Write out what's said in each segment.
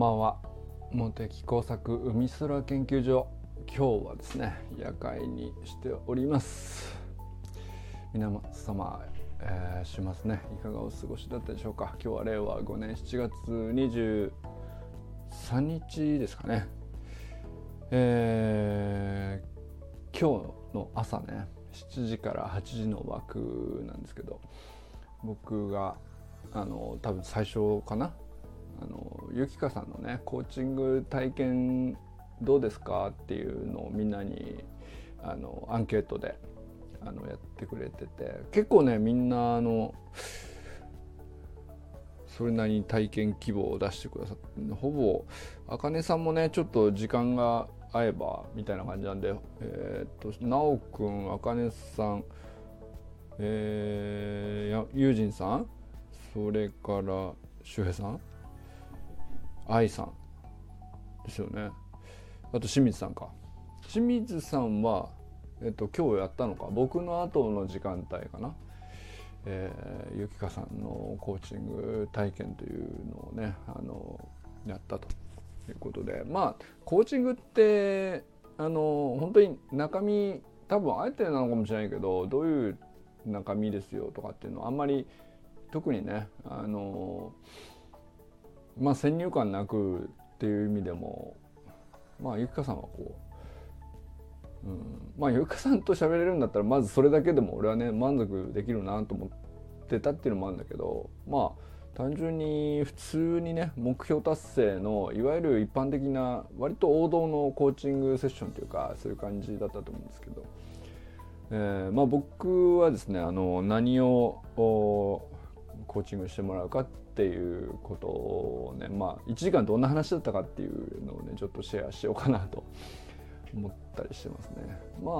ばんは。茂木工作海空研究所、今日はですね夜会にしております。皆様、週末ねいかがお過ごしだったでしょうか。今日は令和5年7月23日ですかね。今日の朝ね7時から8時の枠なんですけど、僕が多分最初かな、ゆきかさんのねコーチング体験どうですかっていうのをみんなにアンケートでやってくれてて、結構ねみんなそれなりに体験希望を出してくださって、ほぼあかねさんもねちょっと時間が合えばみたいな感じなんで、なおくん、あかねさん、ゆうじんさん、それからしゅうへいさん、あいさんですよね。あと清水さんか。清水さんは、今日やったのか、僕の後の時間帯かな。ゆきかさんのコーチング体験というのをねやったということで、まあコーチングって本当に中身多分あえてなのかもしれないけど、どういう中身ですよとかっていうのはあんまり特にね先入観なくっていう意味でも、ゆきかさんはゆきかさんと喋れるんだったらまずそれだけでも俺はね満足できるなと思ってたっていうのもあるんだけど、単純に普通にね目標達成のいわゆる一般的な割と王道のコーチングセッションというかそういう感じだったと思うんですけど、僕はですね何をコーチングしてもらうかっていうことをね、1時間どんな話だったかっていうのをねちょっとシェアしようかなと思ったりしてますね。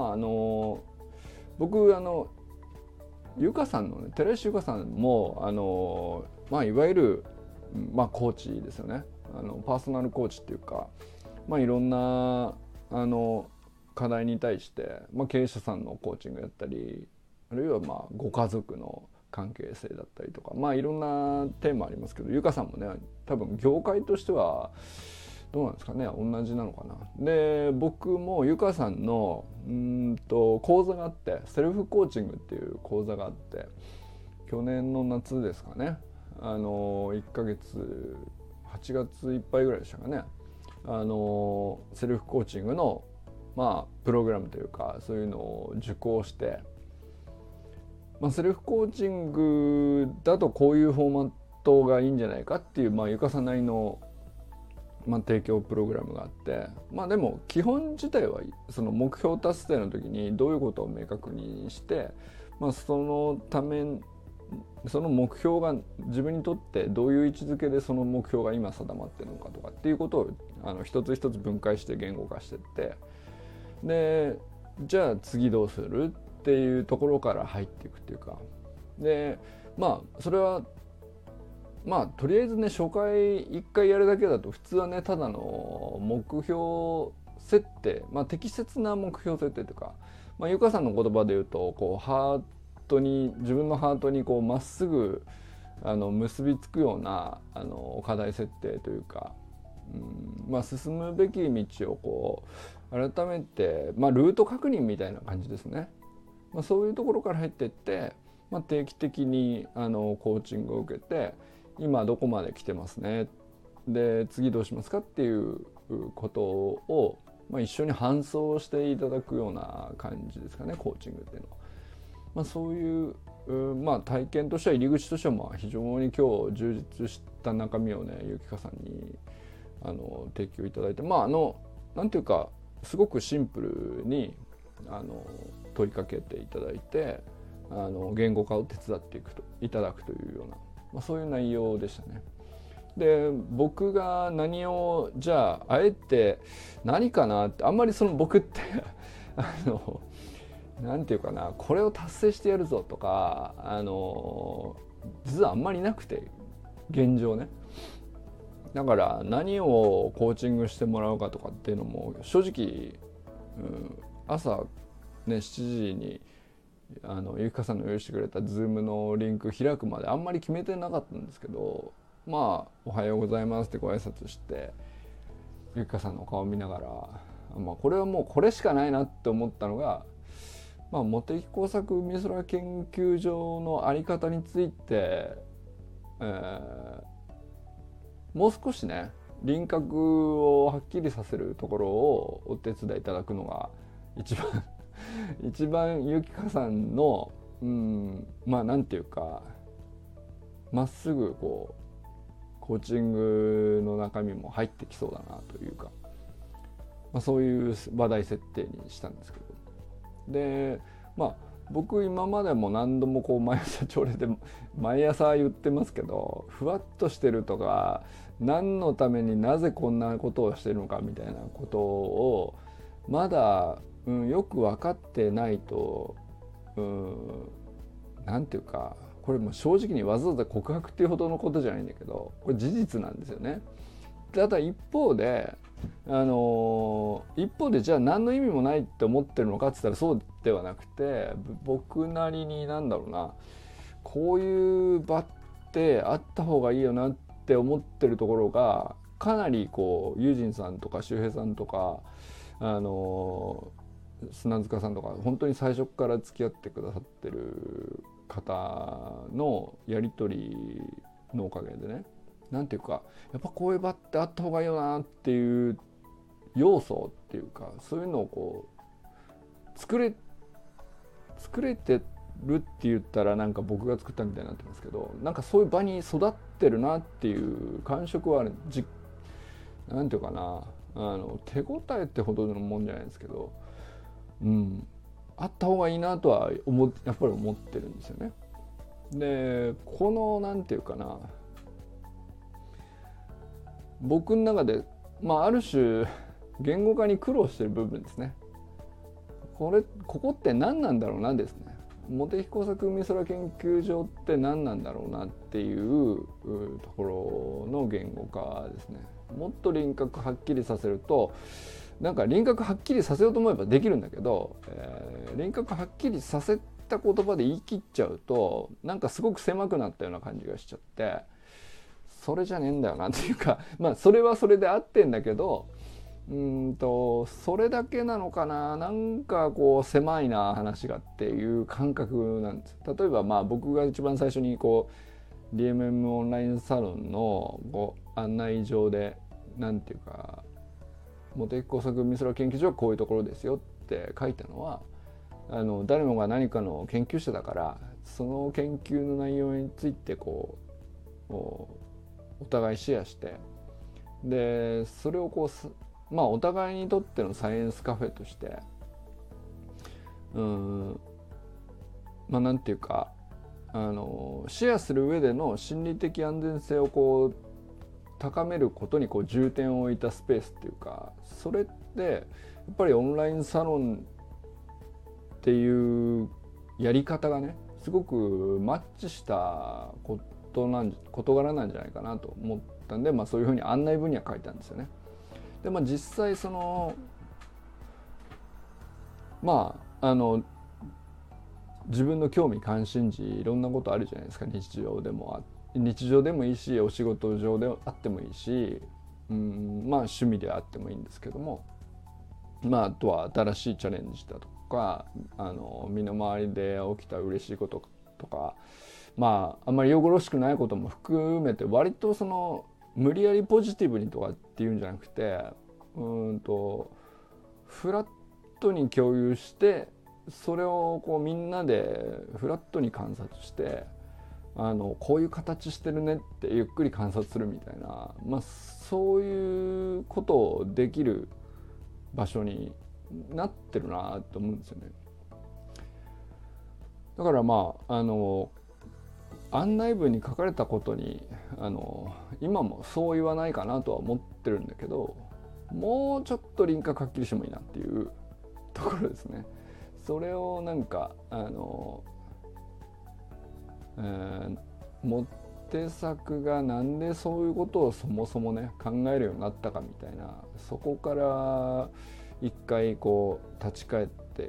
僕ゆかさんのね、寺石ゆかさんもいわゆるコーチですよね。パーソナルコーチっていうか、いろんな課題に対して、経営者さんのコーチングやったり、あるいはご家族の関係性だったりとか、いろんなテーマありますけど、ゆかさんもね多分業界としてはどうなんですかね、同じなのかな。で僕もゆかさんの講座があって、セルフコーチングっていう講座があって、去年の夏ですかね、1ヶ月8月いっぱいぐらいでしたかね、セルフコーチングのプログラムというかそういうのを受講して、セルフコーチングだとこういうフォーマットがいいんじゃないかっていう、ゆかさんなりの提供プログラムがあって、でも基本自体はその目標達成の時にどういうことを明確にして、そのためその目標が自分にとってどういう位置づけでその目標が今定まってるのかとかっていうことを一つ一つ分解して言語化していって、でじゃあ次どうするっていうところから入っていくっていうか、でそれはとりあえずね初回1回やるだけだと普通はねただの目標設定、適切な目標設定というか、ゆかさんの言葉で言うと自分のハートにまっすぐ結びつくような課題設定というか、進むべき道を改めて、ルート確認みたいな感じですね。そういうところから入っていって、定期的にコーチングを受けて、今どこまで来てますね、で次どうしますかっていうことを、一緒に搬送していただくような感じですかね、コーチングっていうのは。そういう体験としては入り口としては非常に今日充実した中身をねゆきかさんに提供いただいて、なんていうかすごくシンプルに問いかけていただいて言語化を手伝っていただくというような、そういう内容でしたね。で僕が何をじゃあえて何かなって、あんまり僕ってなんていうかな、これを達成してやるぞとか実はあんまりなくて、現状ね。だから何をコーチングしてもらうかとかっていうのも正直、朝ね7時にゆきかさんの用意してくれた Zoom のリンク開くまであんまり決めてなかったんですけど、 まあおはようございますってご挨拶して、ゆきかさんの顔を見ながら、まあこれはもうこれしかないなって思ったのが、まあ、茂木工作海空研究所の在り方について、もう少しね輪郭をはっきりさせるところをお手伝いいただくのが一番ゆきかさんのまあなんていうかまっすぐこうコーチングの中身も入ってきそうだなというか、まあ、そういう話題設定にしたんですけど、でまあ僕今までも何度もこう毎朝朝礼で毎朝言ってますけど、ふわっとしてるとか何のためになぜこんなことをしてるのかみたいなことをまだ、よく分かってないと、なんていうかこれも正直にわざわざ告白っていうほどのことじゃないんだけど、これ事実なんですよね。ただ一方でじゃあ何の意味もないって思ってるのかって言ったらそうではなくて、僕なりになんだろうな、こういう場ってあった方がいいよなって思ってるところがかなりこうユージンさんとか周平さんとか砂塚さんとか本当に最初から付き合ってくださってる方のやり取りのおかげでね、なんていうかやっぱこういう場ってあった方がいいよなっていう要素っていうか、そういうのをこう作れてるって言ったらなんか僕が作ったみたいになってますけど、なんかそういう場に育ってるなっていう感触はなんていうかな、手応えってほどのもんじゃないですけど、あった方がいいなとはやっぱり思ってるんですよね。でこのなんていうかな、僕の中である種言語化に苦労してる部分ですね。ここって何なんだろうなですね。茂木工作海空研究所って何なんだろうなっていうところの言語化ですね。もっと輪郭はっきりさせると、なんか輪郭はっきりさせようと思えばできるんだけど、輪郭はっきりさせた言葉で言い切っちゃうとなんかすごく狭くなったような感じがしちゃって、それじゃねえんだよなっていうか、それはそれで合ってんだけど、それだけなのかな、なんかこう狭いな話がっていう感覚なんです。例えば僕が一番最初にこう DMM オンラインサロンの案内状でなんていうか、茂木工作海空研究所はこういうところですよって書いたのは、誰もが何かの研究者だから、その研究の内容についてこうお互いシェアして、でそれをこうお互いにとってのサイエンスカフェとしてなんていうかシェアする上での心理的安全性をこう高めることにこう重点を置いたスペースっていうか、それってやっぱりオンラインサロンっていうやり方がねすごくマッチした事柄なんじゃないかなと思ったんで、そういうふうに案内文には書いたんですよね。で実際その自分の興味関心事いろんなことあるじゃないですか。日常でもいいし、お仕事上であってもいいし、趣味であってもいいんですけども、あとは新しいチャレンジだとか身の回りで起きた嬉しいこととか、あんまりよろしくないことも含めて割とその無理やりポジティブにとかっていうんじゃなくて、フラットに共有して、それをこうみんなでフラットに観察して、こういう形してるねってゆっくり観察するみたいな、そういうことをできる場所になってるなと思うんですよね。だから案内文に書かれたことに今もそう言わないかなとは思ってるんだけど、もうちょっと輪郭はっきりしてもいいなっていうところですね。それをなんかモテ作がなんでそういうことをそもそもね考えるようになったかみたいな、そこから一回こう立ち返って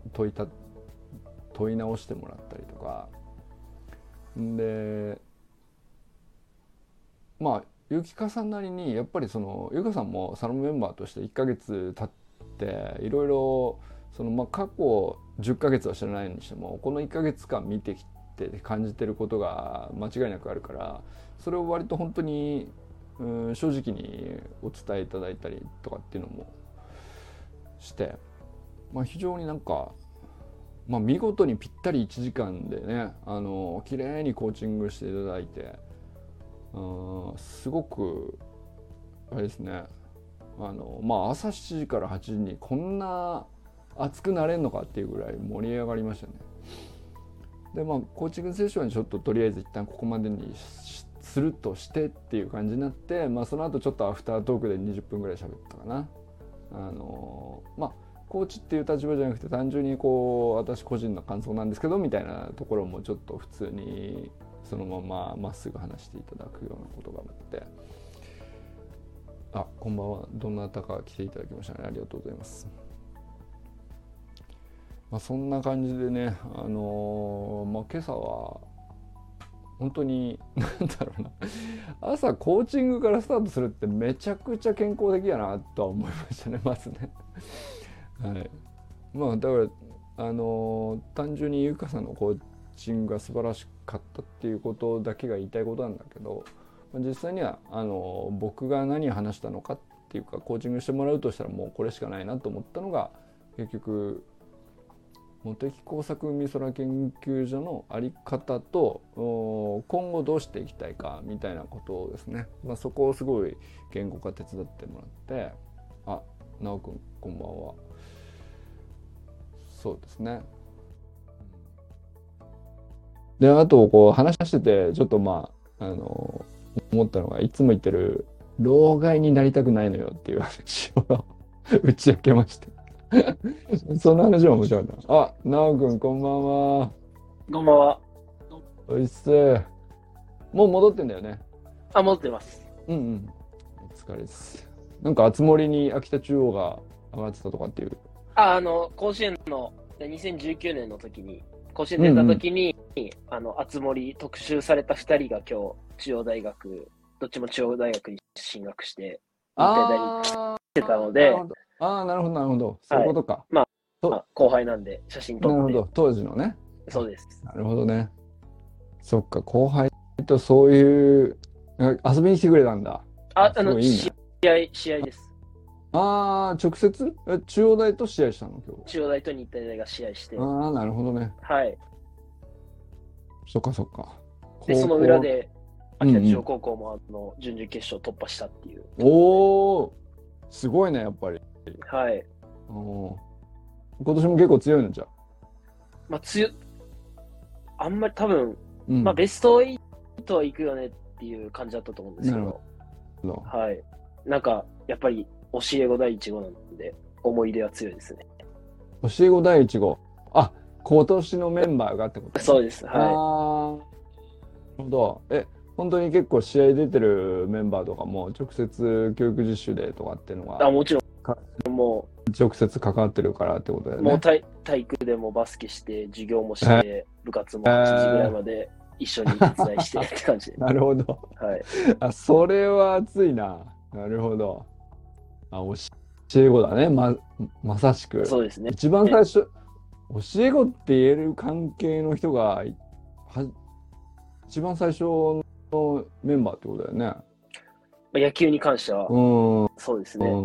問い直してもらったりとかで、 まあゆきかさんなりにやっぱりそのゆかさんもサロンメンバーとして1ヶ月経っていろいろそのまあ過去10ヶ月は知らないにしてもこの1ヶ月間見てきて感じてることが間違いなくあるからそれを割と本当に正直にお伝えいただいたりとかっていうのもして、まあ、非常になんか、まあ、見事にぴったり1時間でね綺麗にコーチングしていただいてすごくあれですねまあ朝7時から8時にこんな熱くなれんのかっていうぐらい盛り上がりましたね。でまあコーチングセッションにちょっととりあえず一旦ここまでにするとしてっていう感じになって、まあ、その後ちょっとアフタートークで20分ぐらい喋ったかな。まあコーチっていう立場じゃなくて単純にこう私個人の感想なんですけどみたいなところもちょっと普通にそのまままっすぐ話していただくようなことがあって、あ、こんばんは、どなたか来ていただきましたね、ありがとうございます。まあ、そんな感じでね、まあ、今朝は本当に何だろうな朝コーチングからスタートするってめちゃくちゃ健康的やなとは思いましたね、まずねはい、まあだから単純にゆかさんのコーチングが素晴らしかったっていうことだけが言いたいことなんだけど、実際には僕が何を話したのかっていうかコーチングしてもらうとしたらもうこれしかないなと思ったのが結局茂木工作海空研究所の在り方と今後どうしていきたいかみたいなことをですね、まあ、そこをすごい言語化手伝ってもらって、あ、なおくんこんばんは。そうですね。であとこう話しててちょっとまあ思ったのがいつも言ってる老害になりたくないのよっていう話を打ち明けましてそんな話も面白かった。あ、なおくんこんばんは。 こんばんは。 おいっす。もう戻ってんだよね。 あ、戻ってます。 うんうん。お疲れです。なんかあつ森に秋田中央が上がってたとかっていう。 甲子園の2019年の時に、甲子園出た時に、熱森特集された2人が今日、中央大学、どっちも中央大学に進学して、日体大に来てたので、 なるほど、なるほど。そういうことか。 はい、まあ、後輩なんで写真撮って。 なるほど、当時のね。 そうです。 なるほどね。そっか、後輩とそういう遊びに来てくれたんだ。すごいいいね。試合です。 直接中央大と試合したの今日。 中央大と日体大が試合して。 なるほどね。 はい。 そっかそっか。 で、その裏で、秋田中央高校も準々決勝突破したっていう。 おー、すごいね、やっぱり。 はい。 今年も結構強いのじゃ。 まあ、あんまり多分、まあベスト8は行くよねっていう感じだったと思うんですけど、はい。なんか、やっぱり教え子第1号なんで、思い入れは強いですね。 教え子第1号。あ、今年のメンバーがってこと、ね、 そうです。はい。 なるほど。本当に結構試合出てるメンバーとかも直接教育実習でとかっていうのが。 もちろん。もう。 直接関わってるからってことだよね。 もう体育でもバスケして、授業もして、部活も8時ぐらいまで一緒に手伝いしてって感じで。 なるほど。 はい。 それは熱いな。なるほど。教え子だね。まさしく。 そうですね。 一番最初、教え子って言える関係の人が一番最初のメンバーってことだよね。 野球に関しては、そうですね。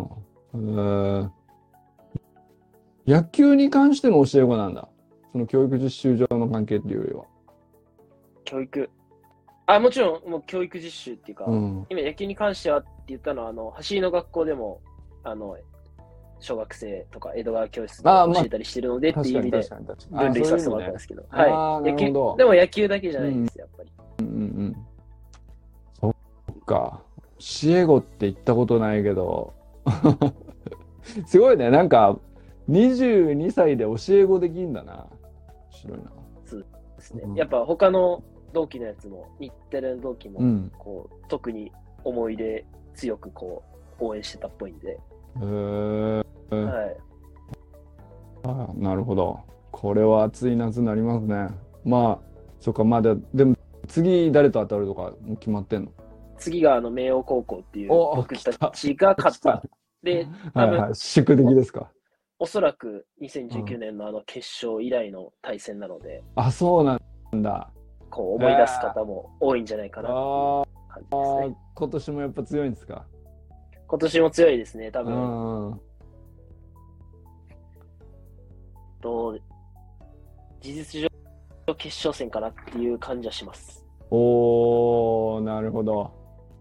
野球に関しての教え子なんだ。その教育実習上の関係っていうよりは。 教育。もちろん、もう教育実習っていうか、今野球に関してはって言ったのは、走りの学校でも、小学生とか江戸川教室で教えたりしてるのでっていう意味で分類させてもらったんですけど。はい。でも野球だけじゃないです、やっぱり。 そっか。教え子って言ったことないけど、すごいね。なんか、22歳で教え子できんだな。面白いな。 そうですね。やっぱ他の同期のやつも、日テレの同期も、特に思い出強く応援してたっぽいんで。 はい。なるほど。これは暑い夏になりますね。まあ、そっか、まだ、でも次誰と当たるとかも決まってんの？ 次が明桜高校っていう僕たちが勝った。で、多分、 はいはい、宿敵ですか。 おそらく2019年の決勝以来の対戦なので、 あ、そうなんだ。 こう思い出す方も多いんじゃないかなっていう感じですね。 今年もやっぱ強いんですか。 今年も強いですね、多分。事実上決勝戦かなっていう感じはします。 おー、なるほど。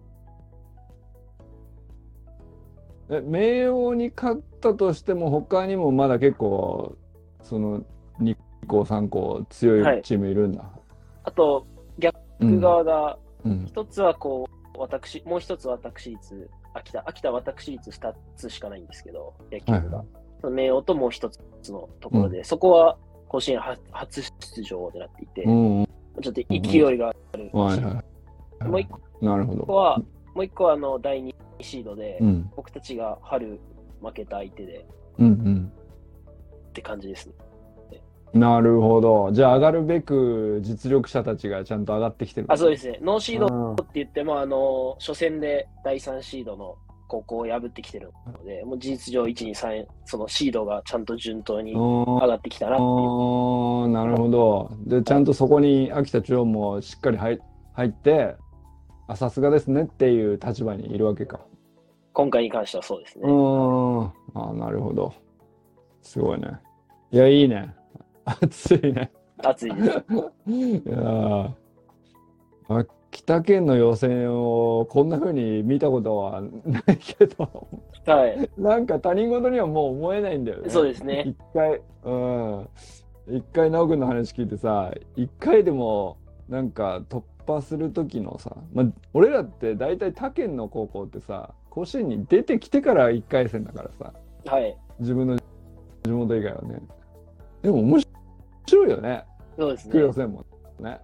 明桜に勝ったとしても他にもまだ結構その2校3校強いチームいるんだ。 あと逆側が一つはこうもう一つ私立秋田私立2つしかないんですけど、野球部が、明桜ともう一つのところで、そこは甲子園初出場を狙っていて、ちょっと勢いがある。もう一個は第2シードで、僕たちが春負けた相手で、って感じですね。 なるほど。じゃあ上がるべく実力者たちがちゃんと上がってきてる。 そうですね。ノーシードって言っても初戦で第3シードの高校を破ってきてるので、もう事実上1、2、3そのシードがちゃんと順当に上がってきたなっていう。 なるほど。でちゃんとそこに秋田中央もしっかり入って、さすがですねっていう立場にいるわけか。 今回に関してはそうですね。 なるほど。すごいね。いや、いいね。暑いね。 暑いです。 いや秋田県の予選をこんな風に見たことはないけど、 はい、 なんか他人事にはもう思えないんだよね。 そうですね。 一回直君の話聞いてさ、一回でもなんか突破する時のさ、俺らって大体他県の高校ってさ、甲子園に出てきてから1回戦だからさ、 はい、 自分の地元以外はね。でも面白いよね。 そうですね。 予選もね。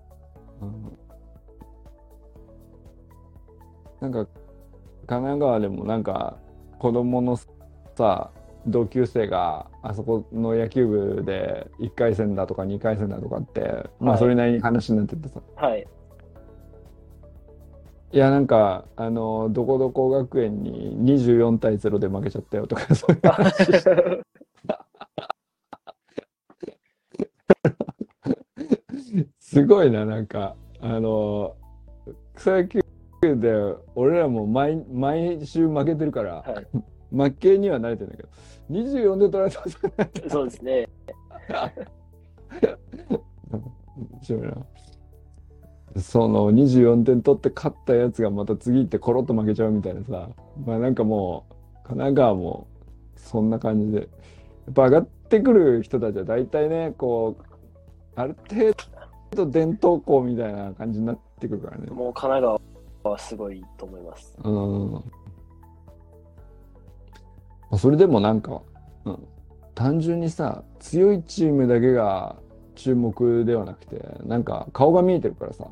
なんか神奈川でもなんか子供のさ同級生があそこの野球部で1回戦だとか2回戦だとかって、それなりに話になっててさ、いやなんかどこどこ学園に24対0で負けちゃったよとかそういう話すごいな、なんか草野球で俺らも毎週負けてるから、負けには慣れてるんだけど、24で取られたそうですね。 面白いな。その24点取って勝ったやつがまた次行ってコロッと負けちゃうみたいなさ、なんかもう神奈川もそんな感じで、やっぱ上がってくる人たちは大体ね、こうある程度伝統校みたいな感じになってくるからね。 もう神奈川はすごいと思います。 それでもなんか、単純にさ、強いチームだけが注目ではなくて、なんか顔が見えてるからさ、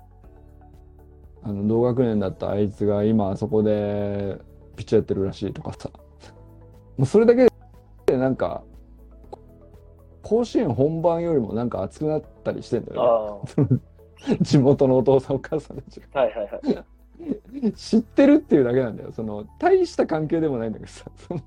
同学年だったあいつが今あそこでピッチャーやってるらしいとかさ、もうそれだけでなんか甲子園本番よりもなんか熱くなったりしてんだよね。地元のお父さんお母さんたちが知ってるっていうだけなんだよ。その大した関係でもないんだけどさ、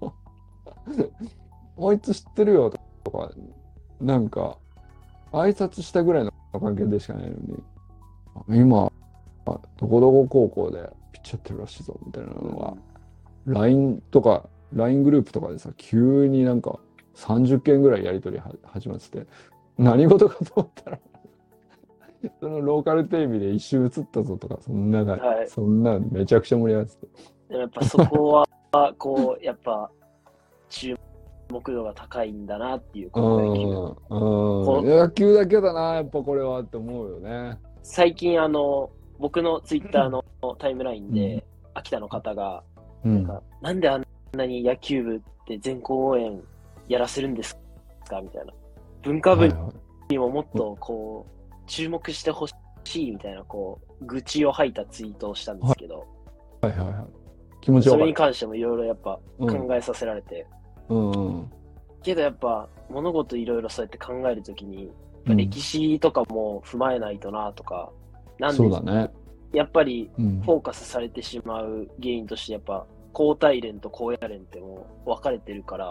あいつ知ってるよとか、なんか挨拶したぐらいの関係でしかないのに、今どこどこ高校でピッチャーやってるらしいぞみたいなのが、LINE とか LINE グループとかでさ、急になんか30件ぐらいやり取り始まってて、何事かと思ったらそのローカルテレビで一周映ったぞとか、そんなめちゃくちゃ盛り上がってて、 やっぱそこはこうやっぱ注目度が高いんだなっていう、 野球だけだなやっぱこれはって思うよね。 最近僕のツイッターのタイムラインで、秋田の方がなんであんなに野球部って全校応援やらせるんですかみたいな、文化部にももっとこう注目してほしいみたいなこう愚痴を吐いたツイートをしたんですけど、 気持ちそれに関してもいろいろやっぱ考えさせられて、けどやっぱ物事いろいろそうやって考えるときに、歴史とかも踏まえないとなとか、なんでやっぱりフォーカスされてしまう原因として、やっぱ高体連と高野連ってもう分かれてるから、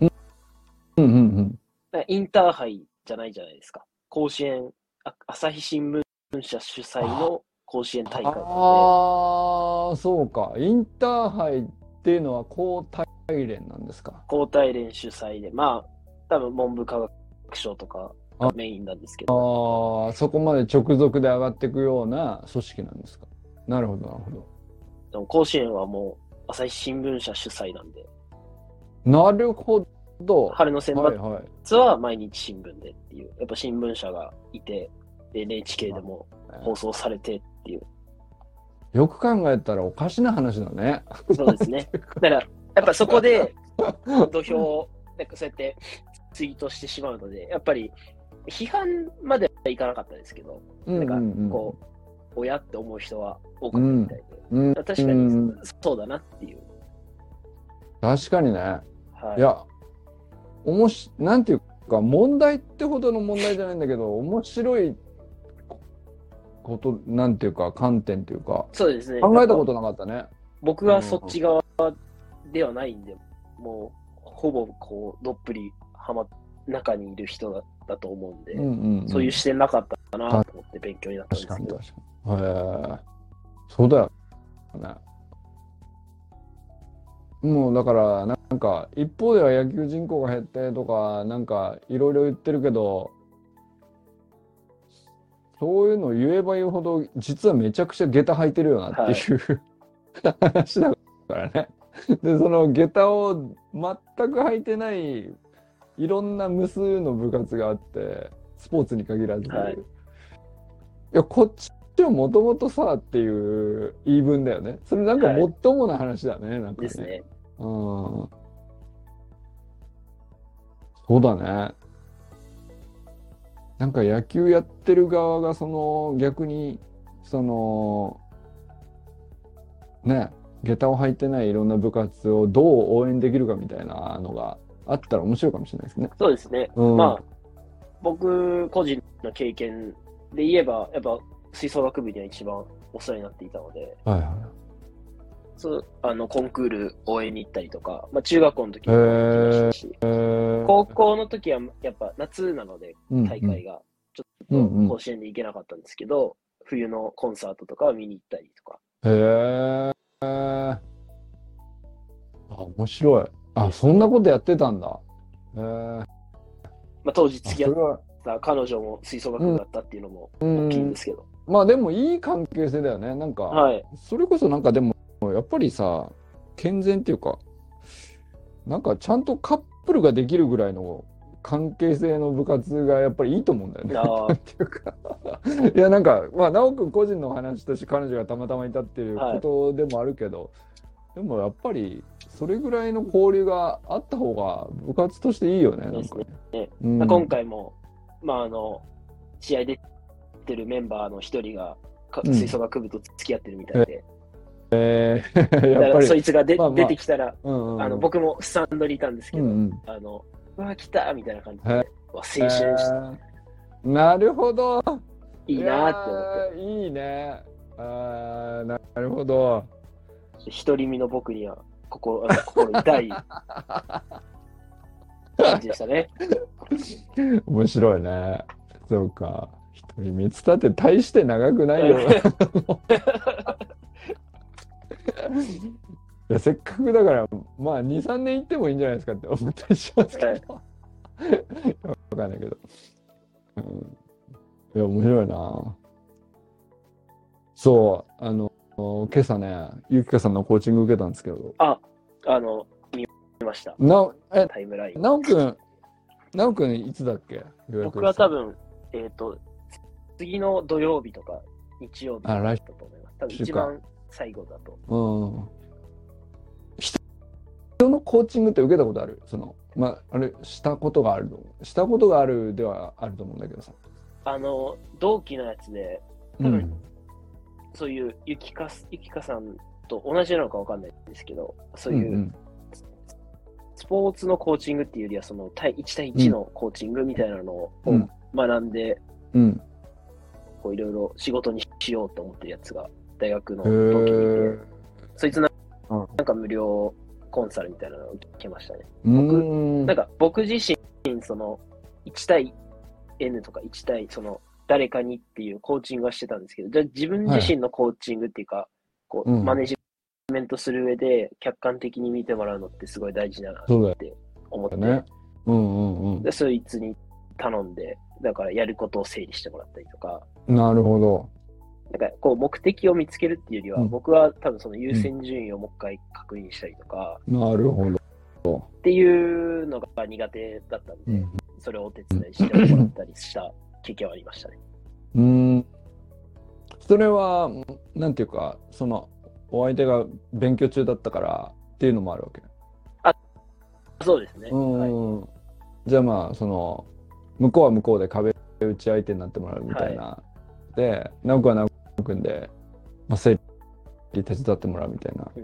インターハイじゃないじゃないですか。甲子園、朝日新聞社主催の甲子園大会なんで。 ああ、そうか。インターハイっていうのは高体連なんですか。 高体連主催で、まあ、多分文部科学省とかがメインなんですけど。 ああ、そこまで直属で上がっていくような組織なんですか。なるほど、なるほど。 でも甲子園はもう朝日新聞社主催なんで。 なるほど。 春の選抜は毎日新聞でっていう。やっぱ新聞社がいて、NHK でも放送されてっていう。 よく考えたらおかしな話だね。 そうですね。だから、やっぱそこで土俵を、なんかそうやってツイートしてしまうので、やっぱり批判まではいかなかったですけど、なんかこう、親って思う人は多かったみたいで、確かにそうだなっていう。 確かにね。 はい、 いや、なんていうか、問題ってほどの問題じゃないんだけど、面白いこと、なんていうか、観点っていうか、 そうですね。 考えたことなかったね。 僕はそっち側ではないんで、もう、ほぼこう、どっぷり中にいる人だと思うんで、そういう視点なかったなと思って勉強になったんですけど。 確かに。へえ。そうだよね。もうだからなんか一方では野球人口が減ってとかなんかいろいろ言ってるけど、そういうのを言えば言うほど実はめちゃくちゃ下駄履いてるよなっていう、話だからね。でその下駄を全く履いてないいろんな無数の部活があって、スポーツに限らず、いやこっちはもともとさっていう言い分だよね。それなんかもっともな話だね、なんかね。 ですね。 そうだね。なんか野球やってる側がその逆にそのね、下駄を履いてないいろんな部活をどう応援できるかみたいなのがあったら面白いかもしれないですね。 そうですね。まあ僕個人の経験で言えばやっぱ吹奏楽部には一番お世話になっていたので、コンクール応援に行ったりとか、まあ、中学校の時も行きましたし、高校の時はやっぱ夏なので大会がちょっと甲子園で行けなかったんですけど、冬のコンサートとかを見に行ったりとか。 面白い。そんなことやってたんだ。 まあ、当時付き合った彼女も吹奏楽部だったっていうのも大きいんですけど。 まあでもいい関係性だよね。なんか、それこそなんかでもやっぱりさ、健全っていうか、なんかちゃんとカップルができるぐらいの関係性の部活がやっぱりいいと思うんだよね。っていうかいやなんかまあ直くん個人の話として彼女がたまたまいたっていうことでもあるけど、でもやっぱりそれぐらいの交流があった方が部活としていいよね。なんかね。 今回もまあ試合出てるメンバーの一人が吹奏楽部と付き合ってるみたいで。だからそいつが出てきたら、僕もスタンドにいたんですけど、うわ、来たみたいな感じで、青春して。 なるほど。 いいなって思って。 いいね。なるほど。 独り身の僕には心痛い感じでしたね。 面白いね。そうか。独り身つったって大して長くないよ。いやせっかくだからまあ 2,3 年行ってもいいんじゃないですかって思ったりしますけど、分かんないけど、いや面白いな。そう今朝ねゆきかさんのコーチング受けたんですけど、 見ました。タイムライン。 なおくんいつだっけ？ 僕は多分次の土曜日とか日曜日だったと思います。多分一番最後だと。 人のコーチングって受けたことある？あれしたことがあるではあると思うんだけどさ。 同期のやつで多分、そういうゆきかさんと同じなのかわかんないんですけど、そういうスポーツのコーチングっていうよりはその1対1のコーチングみたいなのを学んで、 こういろいろ仕事にしようと思ってるやつが大学の同期にいて、そいつなんか無料コンサルみたいなのを受けましたね。僕自身、その1対 N とか1対その誰かにっていうコーチングはしてたんですけど、じゃあ自分自身のコーチングっていうか、こうマネジメントする上で客観的に見てもらうのってすごい大事だなって思って、でそいつに頼んで、だからやることを整理してもらったりとか。 なるほど。 なんかこう目的を見つけるっていうよりは、僕は多分その優先順位をもう一回確認したりとか、 なるほど。 っていうのが苦手だったんで、それをお手伝いしてもらったりした経験はありましたね。 それはなんていうか、そのお相手が勉強中だったからっていうのもあるわけ。 そうですね。 じゃあまあその向こうは向こうで壁打ち相手になってもらうみたいな、で直くは直くんで、整理手伝ってもらうみたいな。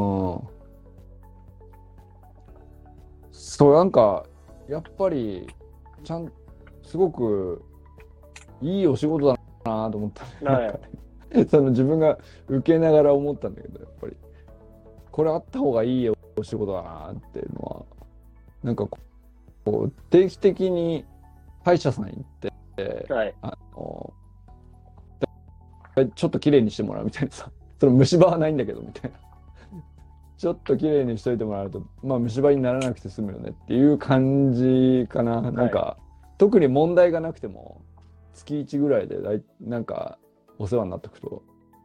そう、なんかやっぱりすごくいいお仕事だなと思ったね。その自分が受けながら思ったんだけど、やっぱりこれあった方がいいお仕事だなっていうのは、なんかこう定期的に歯医者さん行って、ちょっと綺麗にしてもらうみたいなさ、その虫歯はないんだけどみたいな、ちょっと綺麗にしといてもらうと虫歯にならなくて済むよねっていう感じかな。なんか特に問題がなくても月1ぐらいでなんかお世話になっておくと、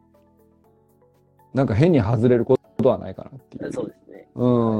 なんか変に外れることはないかなっていう。 そうですね。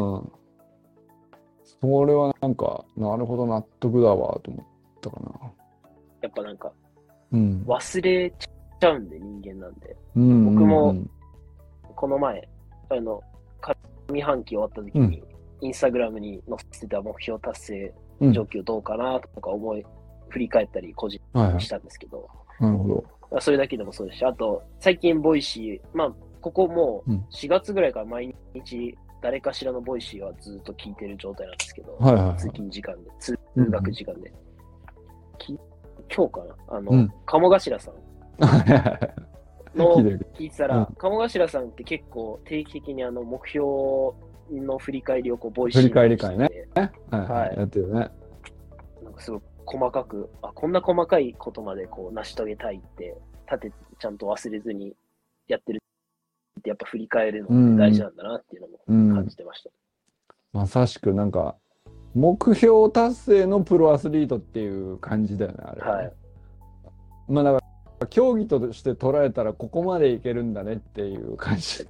それはなんかなるほど納得だわと思ったかな。 やっぱなんか、忘れちゃうんで、人間なんで。僕もこの前上半期終わった時に、インスタグラムに載せてた目標達成状況どうかなとか振り返ったり個人にしたんですけど、 なるほど。それだけでもそうですし、あと最近ボイシー、ここもう4月ぐらいから毎日誰かしらのボイシーはずっと聞いてる状態なんですけど、通勤時間で、通学時間で。今日かな鴨頭さんの聞いてたら、鴨頭さんって結構定期的に目標の振り返りをボイシー振り返り会ね。 やってるね。なんかすごい細かく、こんな細かいことまで成し遂げたいってちゃんと忘れずにやってるってやっぱ振り返るのって大事なんだなっていうのも感じてました。 まさしくなんか目標達成のプロアスリートっていう感じだよね、あれはね。だから競技として捉えたらここまでいけるんだねっていう感じ。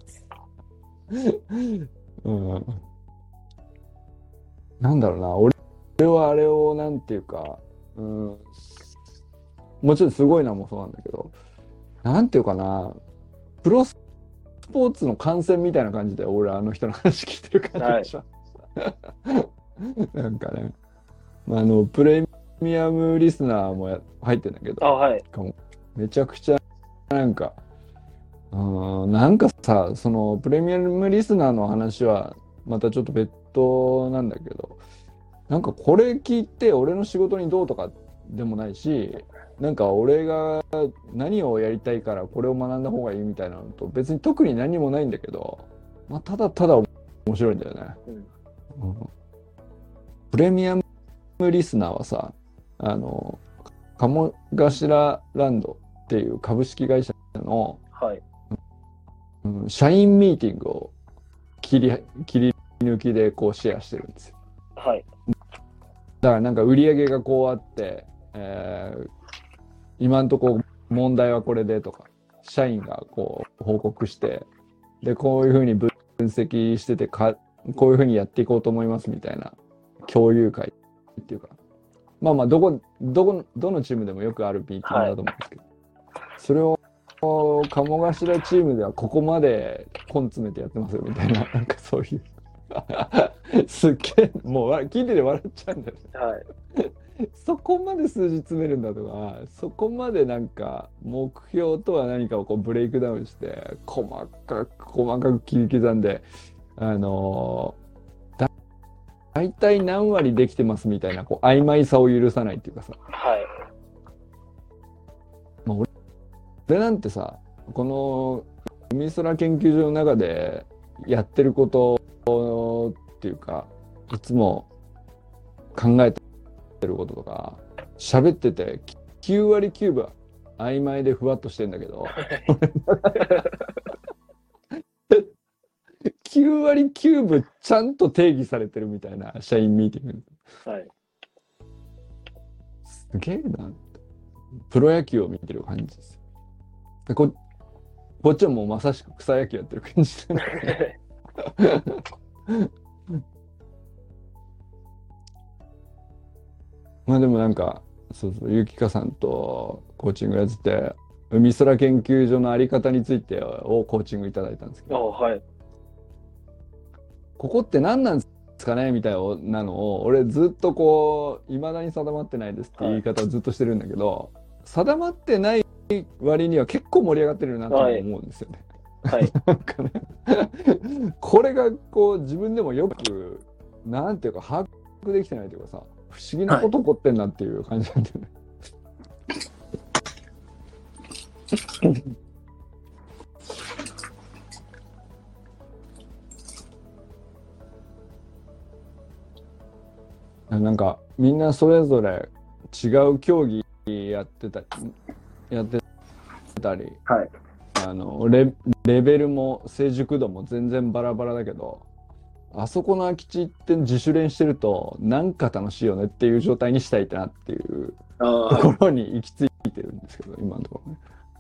なんだろうな、俺はあれをなんていうか、もちろんすごいなもそうなんだけど、なんていうかな、プロスポーツの観戦みたいな感じで俺あの人の話聞いてる感じでしょ。なんかね、プレミアムリスナーも入ってるんだけど、めちゃくちゃなんかさ、そのプレミアムリスナーの話はまたちょっと別途なんだけど、なんかこれ聞いて俺の仕事にどうとかでもないし、なんか俺が何をやりたいからこれを学んだ方がいいみたいなのと別に特に何もないんだけど、ただただ面白いんだよね。プレミアムリスナーはさ、鴨頭ランドっていう株式会社の、社員ミーティングを切り抜きでシェアしてるんですよ。だからなんか売り上げがあって、今んとこ問題はこれでとか、社員が報告して、でこういうふうに分析しててこういうふうにやっていこうと思いますみたいな共有会っていうか、どのチームでもよくあるミーティングだと思うんですけど、それを鴨頭チームではここまで根詰めてやってますよみたいな、なんかそういうすっげえもう聞いてて笑っちゃうんだよね。そこまで数字詰めるんだとか、そこまでなんか目標とは何かをブレイクダウンして細かく切り刻んで、大体何割できてますみたいな曖昧さを許さないっていうかさ、俺俺なんてさ、この海空研究所の中でやってることっていうか、いつも考えてることとか喋ってて9割9分曖昧でふわっとしてんだけど9割9分ちゃんと定義されてるみたいな社員ミーティング、 はい、 すげえな、プロ野球を見てる感じですよ。こっちはもうまさしく草野球やってる感じでまあでもなんかそうゆきかさんとコーチングやってて、海空研究所のあり方についてをコーチングいただいたんですけど、 はい、 ここって何なんですかねみたいなのを俺ずっとこう未だに定まってないですって言い方をずっとしてるんだけど、定まってない割には結構盛り上がってるなと思うんですよね。 はい、 なんかねこれがこう自分でもよくなんていうか把握できてないというかさ、不思議なこと起こってんなっていう感じなんだよね。なんかみんなそれぞれ違う競技やってたり、 はい、 レベルも成熟度も全然バラバラだけど、あそこの空き地って自主練してるとなんか楽しいよねっていう状態にしたいなっていうところに行き着いてるんですけど、今のところね。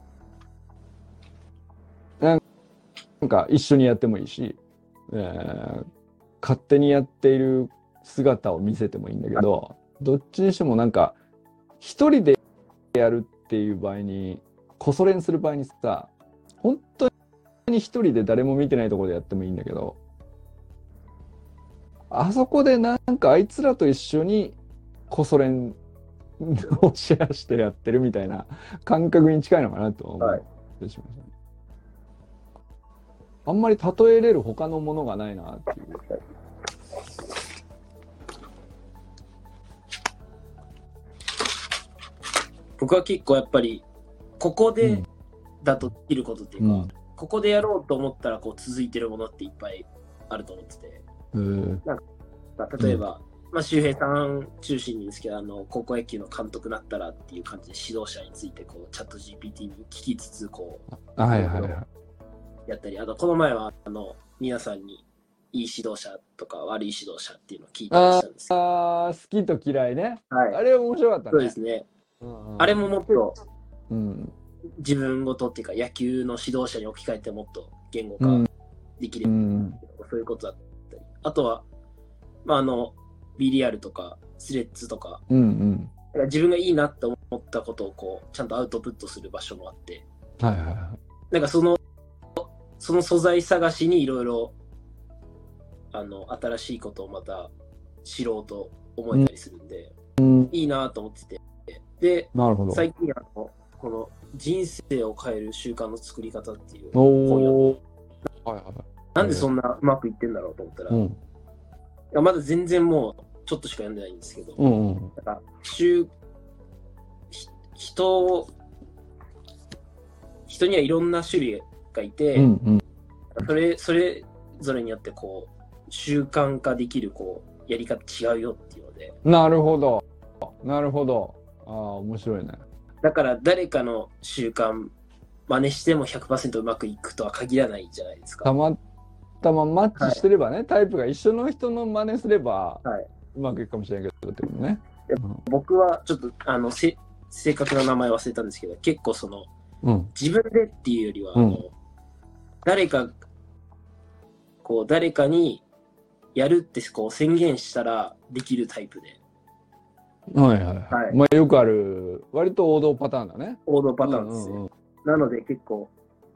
なんか一緒にやってもいいし、勝手にやっている姿を見せてもいいんだけど、どっちにしてもなんか一人でやるっていう場合に、こそ練する場合にさ、本当に一人で誰も見てないところでやってもいいんだけど、あそこでなんかあいつらと一緒にこそ練をシェアしてやってるみたいな感覚に近いのかなと思ってしまいましたね。あんまり例えれる他のものがないなっていう。 僕は結構やっぱりここでだとできることっていうか、ここでやろうと思ったらこう続いてるものっていっぱいあると思ってて、なんか例えば、まあ、周平さん中心にですけど、高校野球の監督になったらっていう感じで指導者についてこうチャット GPT に聞きつつこうやったり、あとこの前は皆さんにいい指導者とか悪い指導者っていうのを聞いたりしたんですけど、 好きと嫌いね、 はい、 あれ面白かったね。 そうですね、あれももっと、自分ごとっていうか野球の指導者に置き換えてもっと言語化できる、そういうことだったり、あとは、まあ、B リアルとかスレッズとか、自分がいいなって思ったことをこうちゃんとアウトプットする場所もあって、なんかその素材探しにいろいろ新しいことをまた知ろうと思えたりするんで、いいなと思ってて、で最近この人生を変える習慣の作り方っていう本をなんでそんなうまくいってんだろうと思ったら、まだ全然もうちょっとしか読んでないんですけど、なんか人にはいろんな種類がいて、それぞれによってこう習慣化できるこうやり方違うよっていうので。 なるほど。面白いね。 だから誰かの習慣真似しても 100% うまくいくとは限らないじゃないですか。 たまたまマッチしてればね、タイプが一緒の人の真似すれば、うまくいくかもしれないけどってことね。 僕はちょっと正確な名前忘れたんですけど、結構自分でっていうよりは、誰かにやるってこう宣言したらできるタイプで。まあよくある割と王道パターンだね。 王道パターンですよ。なので結構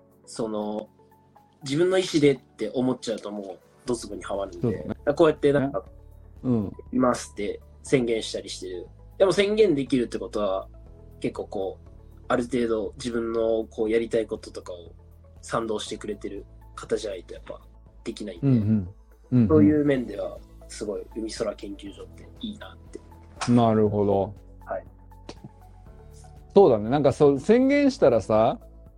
自分の意思でって思っちゃうともうドツボにはまるんで、こうやってなんか、いますって宣言したりしてる。でも宣言できるってことは結構こうある程度自分のこうやりたいこととかを賛同してくれてる方じゃないとやっぱできないんで、そういう面ではすごい海空研究所っていいなって。 なるほど。そうだね。なんか宣言したらさ、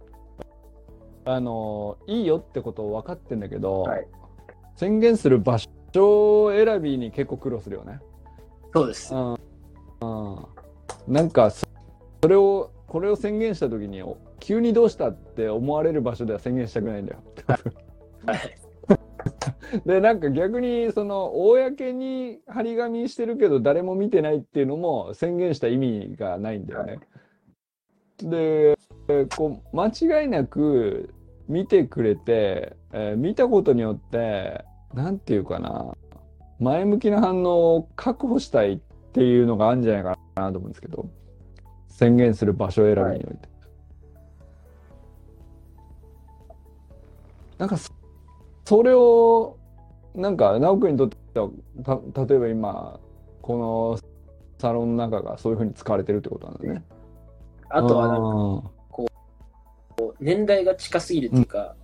いいよってことを分かってんだけど、 はい、 宣言する場所選びに結構苦労するよね。 そうです。 なんかこれを宣言した時に急にどうしたって思われる場所では宣言したくないんだよ。 はい。 でなんか逆にその公に張り紙してるけど誰も見てないっていうのも宣言した意味がないんだよね。でこう間違いなく見てくれて、見たことによってなんていうかな、前向きな反応を確保したいっていうのがあるんじゃないかなと思うんですけど、宣言する場所選びにおいて、なんかそれをなんか直君にとっては例えば今このサロンの中がそういうふうに使われてるってことなんだね。 あとはなんかこう年代が近すぎるっていうか、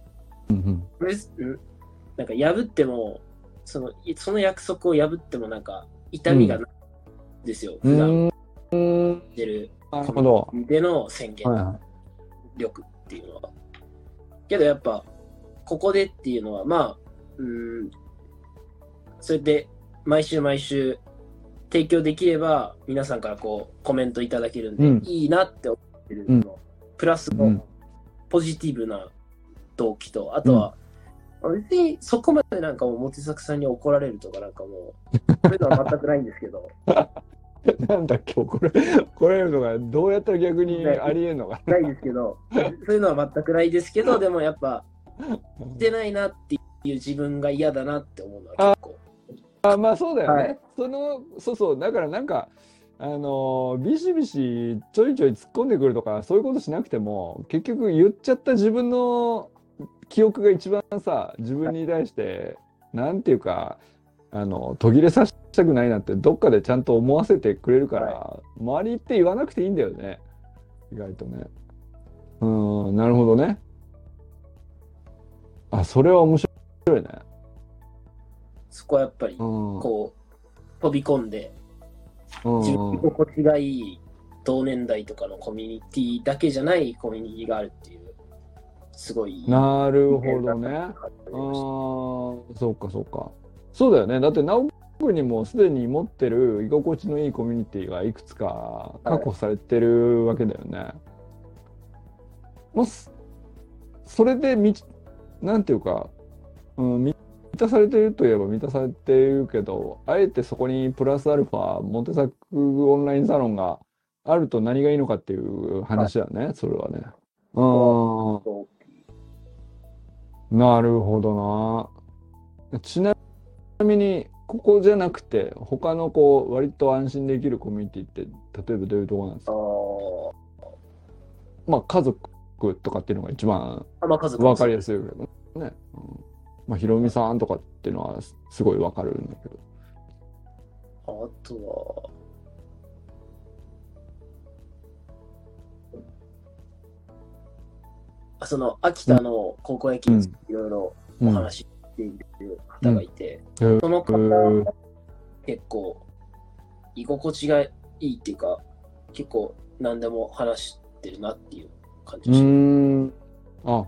なんか破ってもその約束を破ってもなんか痛みがないんですよ、普段出るコミュニティでの宣言力っていうのは。けどやっぱここでっていうのはまあそれで毎週毎週提供できれば皆さんからこうコメントいただけるんで、いいなって思ってるの、プラスのポジティブな動機と、あとは、別にそこまでなんかもうモテサクさんに怒られるとかなんかもうそういうのは全くないんですけどなんだっけ怒られるのがどうやったら逆にありえんのかないですけど、そういうのは全くないですけど、でもやっぱしてないなっていう自分が嫌だなって思うのは結構。 まあそうだよね、はい、そうだからなんかビシビシちょいちょい突っ込んでくるとかそういうことしなくても結局言っちゃった自分の記憶が一番さ自分に対してなんていうか途切れさせたくないなってどっかでちゃんと思わせてくれるから、はい、周りって言わなくていいんだよね意外とね。なるほどね。それは面白いね。 そこはやっぱりこう飛び込んで自分に心地がいい同年代とかのコミュニティだけじゃないコミュニティがあるっていうすごいなるほどね。そうかそうだよね。だって直君にもすでに持ってる居心地のいいコミュニティがいくつか確保されてるわけだよね。それでなんていうか、満たされてるといえば満たされてるけど、あえてそこにプラスアルファモテサクオンラインサロンがあると何がいいのかっていう話だね、はい、それはね。なるほどな。ちなみにここじゃなくて他のこう割と安心できるコミュニティって例えばどういうところなんですか？まあ家族とかっていうのが一番分かりやすいけどね。まあひろみさんとかっていうのはすごい分かるんだけど。 あとはその秋田の高校野球にいろいろお話ししている方がいて、その方は結構居心地がいいっていうか結構何でも話してるなっていう感じでした。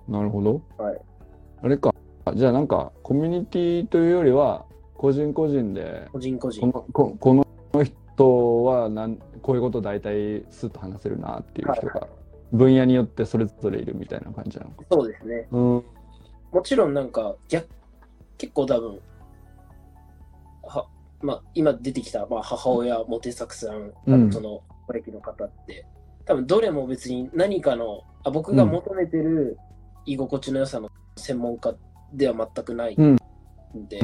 なるほど。 はい。 あれか。じゃあなんかコミュニティというよりは個人個人でこの人はこういうことを大体スッと話せるなっていう人が分野によってそれぞれいるみたいな感じなのか。 そうですね。もちろんなんか結構多分まあ、今出てきた、まあ、母親モテサクさん、その保育の方って多分どれも別に何かの僕が求めてる居心地の良さの専門家では全くないんで、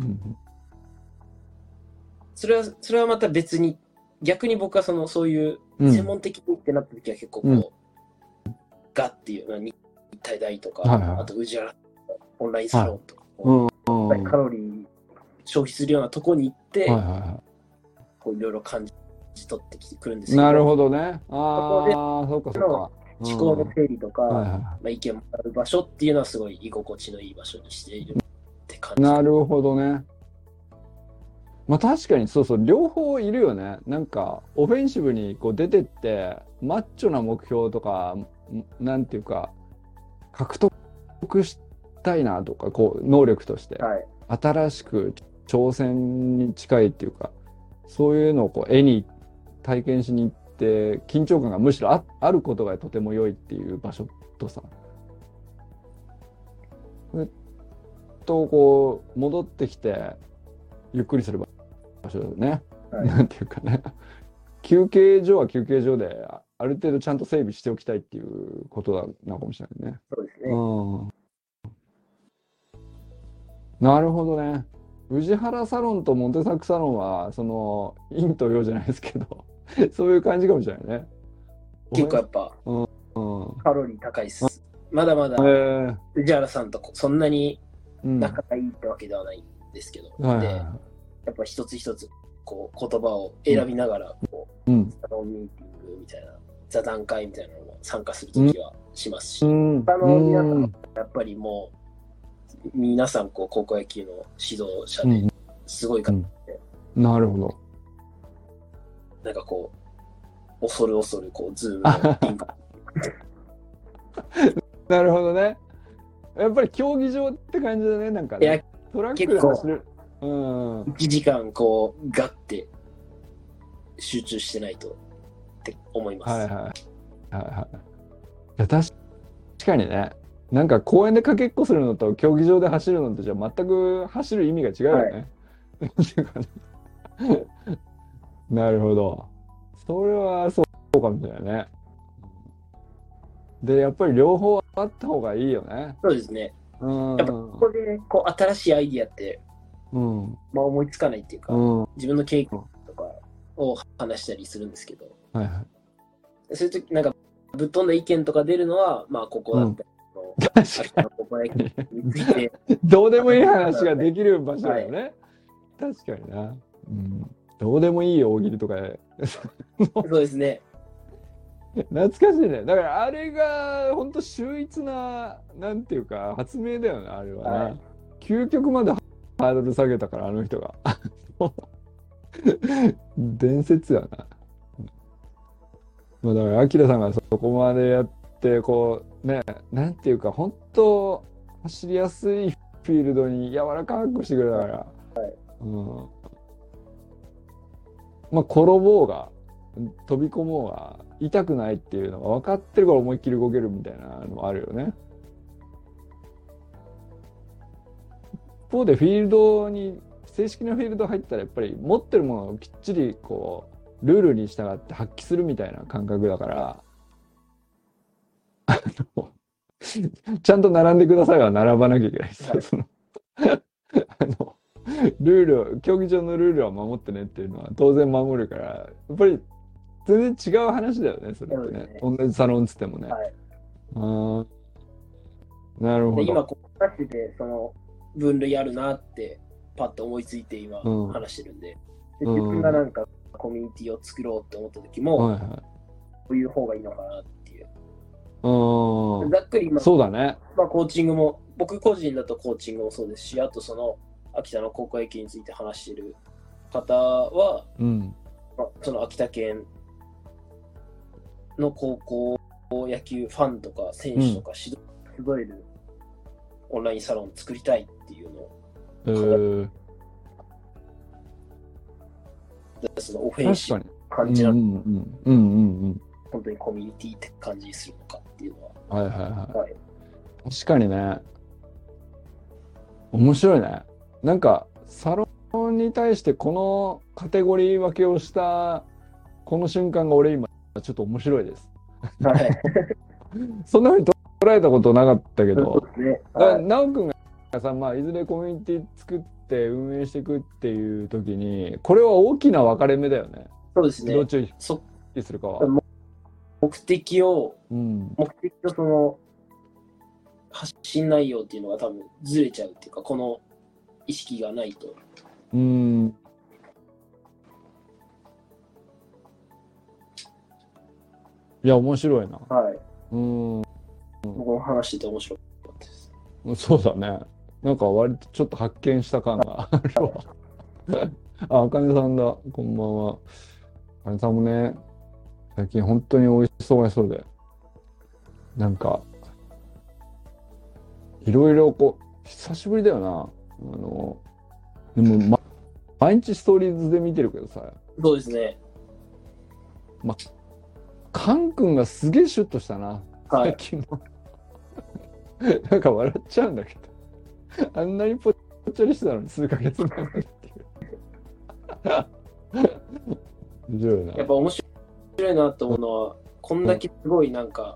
それはまた別に逆に僕はそういう専門的ってなった時は結構こう、ガっていう日体大とか、あと宇治原オンラインサロンとか、カロリー消費するようなとこに行って、こういろいろ感じ取ってきてくるんですけど。 なるほどね。そうか。 思考の整理とか、意見もある場所っていうのはすごい居心地のいい場所にしているって感じ。 なるほどね。まあ確かにそう両方いるよね。なんかオフェンシブにこう出てってマッチョな目標とかなんていうか獲得得したいなとか、こう能力として、 はい、 新しく挑戦に近いっていうか、そういうのをこう絵に体験しに行って緊張感がむしろあることがとても良いっていう場所とさ、こう戻ってきてゆっくりする場所だよね、 はい、 なんていうかね、休憩所は休憩所である程度ちゃんと整備しておきたいっていうことなのかもしれないね。 そうですね。 うん、なるほどね。宇治原サロンとモテサクサロンはその陰と陽じゃないですけどそういう感じかもしれないね。 結構やっぱ、 うん、 カロリー高いっす。まだまだ、宇治原さんとそんなに仲がいいってわけではないんですけど、で、やっぱ一つ一つこう言葉を選びながらこう、サロンミーティングみたいな座談会みたいなのも参加するときはしますし、皆さんやっぱりもう皆さんこう高校野球の指導者ですごい方で、 なるほど。 なんかこう恐る恐るこうズームのリンクなるほどね。やっぱり競技場って感じだね、なんかね。 いやトラックで走る。 1時間こうガッて集中してないとって思います。 はいはいはいはい。いや確かにね。なんか公園でかけっこするのと競技場で走るのとじゃ全く走る意味が違うよね。はい、なるほど。それはそうかもしれないね。で、やっぱり両方あった方がいいよね。 そうですね。やっぱここでこう新しいアイディアって、まあ思いつかないっていうか、自分の経験とかを話したりするんですけど、はいはい、そういう時なんかぶっ飛んだ意見とか出るのは、まあここだったり、 確かにどうでもいい話ができる場所だよね。はい、確かにな。どうでもいい大喜利とかそうですね。 懐かしいね。だからあれが本当秀逸な、なんていうか発明だよね、あれはな。はい、究極までハードル下げたから、あの人が。伝説やな。まあ、だからアキラさんがそこまでやってこうね、なんていうか本当走りやすいフィールドに柔らかくしてくれたから、はい、まあ転ぼうが飛び込もうが痛くないっていうのが分かってるから思いっきり動けるみたいなのもあるよね。一方でフィールドに正式なフィールド入ったらやっぱり持ってるものをきっちりこうルールに従って発揮するみたいな感覚だからちゃんと並んでくださいは並ばなきゃいけないです、はい、そのルール競技場のルールは守ってねっていうのは当然守るから、やっぱり全然違う話だよね、それってね。同じサロンつってもね。はい、なるほど。 今こう話しててその分類あるなってパッと思いついて今話してるんで、自分がなんかコミュニティを作ろうって思った時も、はいはい、こういう方がいいのかなっていう。ざっくり今、 そうだね。 まあ、コーチングも、僕個人だとコーチングもそうですし、あとその秋田の高校野球について話してる方は、まあ、その秋田県の高校野球ファンとか選手とか指導を集えるオンラインサロンを作りたいっていうのを考えそのオフェンシブ感じなのか、本当にコミュニティって感じにするのかっていうのは。 はいはいはい。はい、確かにね。面白いね。なんかサロンに対してこのカテゴリー分けをしたこの瞬間が俺今ちょっと面白いです。はい、そんな風に捉えたことなかったけど、なおくんがさ、まあ、いずれコミュニティ作って運営していくっていう時にこれは大きな分かれ目だよね。 そうですね。 どっちにするかは。 目的とその発信内容っていうのが多分ずれちゃうっていうか、この意識がないと。 いや面白いな。 はい。僕も話してて面白かったです。 そうだね。なんか割とちょっと発見した感があるわ。あかねさんだ。こんばんは。あかねさんもね、最近本当にお忙しそうで、なんかいろいろこう久しぶりだよな。でも、毎日ストーリーズで見てるけどさ、 そうですね。 カン君がすげえシュッとしたな、 はい最近の。なんか笑っちゃうんだけど、あんなにぽっちゃりしてたのに数ヶ月前っていう。面白いな。 やっぱ面白いなと思うのは、こんだけすごいなんか、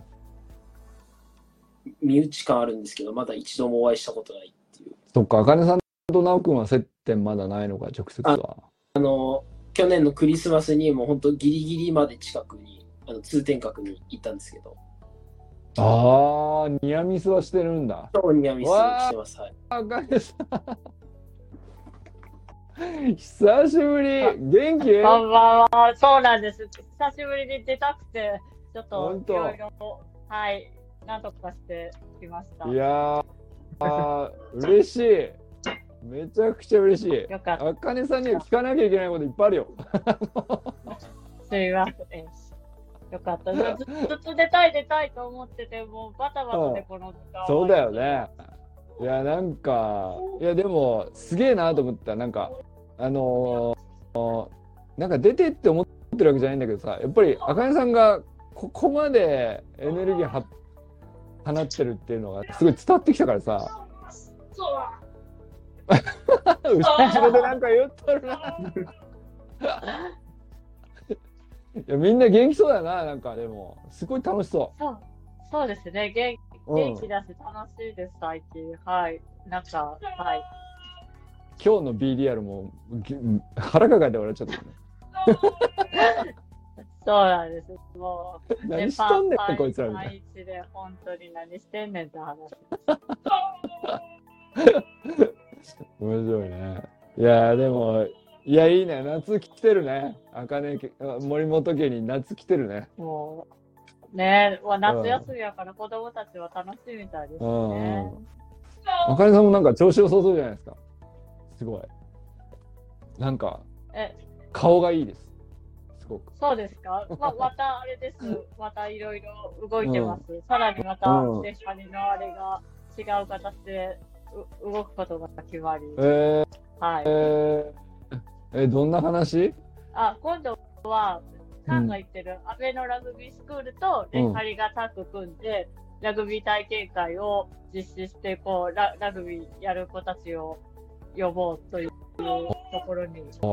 身内感あるんですけど、まだ一度もお会いしたことないっていう。 そっか、あかねさんとなおくんは接点まだないのか、直接は。 去年のクリスマスにもう本当ギリギリまで近くに、通天閣に行ったんですけど。 ああ、ニアミスはしてるんだ。 超ニアミスしてます。はい。 あかねさん。久しぶり。元気？ こんばんは。そうなんです。久しぶりに出たくて、ちょっといろいろ、はい、なんとかしてきました。 いやー、嬉しい。めちゃくちゃ嬉しい。 よかった。 あかねさんには聞かなきゃいけないこといっぱいあるよ。 すいません。よかった。ずっと出たいと思ってて、もうバタバタでこの時間。 そうだよね。いや、なんか、いや、でも、すげえなと思った。なんか、なんか出てって思ってるわけじゃないんだけどさ、やっぱりあかねさんがここまでエネルギー放ってるっていうのがすごい伝わってきたからさ。後ろでなんか言っとるな。いや、みんな元気そうだな、なんかでもすごい楽しそう。 そうですね。元気だし楽しいです最近。はい。なんかはい。 今日の BDR も腹抱えて笑っちゃったね。 そうなんです。もう、 何しとんねんこいつらみたいな。 毎日で本当に何してんねんって話。 面白いね。いやでも、いやいいね、夏来てるね。あかね森本家に夏来てるね。 もうね、夏休みやから子供たちは楽しいみたいですね。 あかねさんもなんか調子良さそうじゃないですか。すごい。なんか顔がいいです。すごく。 そうですか。またあれです。またいろいろ動いてます。さらにまた電車にのあれが違う形で動くことが決まり。 はい。どんな話？ 今度はさんが言ってる阿部のラグビースクールとレハリがタッグ組んで、ラグビー体験会を実施してこうラグビーやる子たちを呼ぼうというところに来て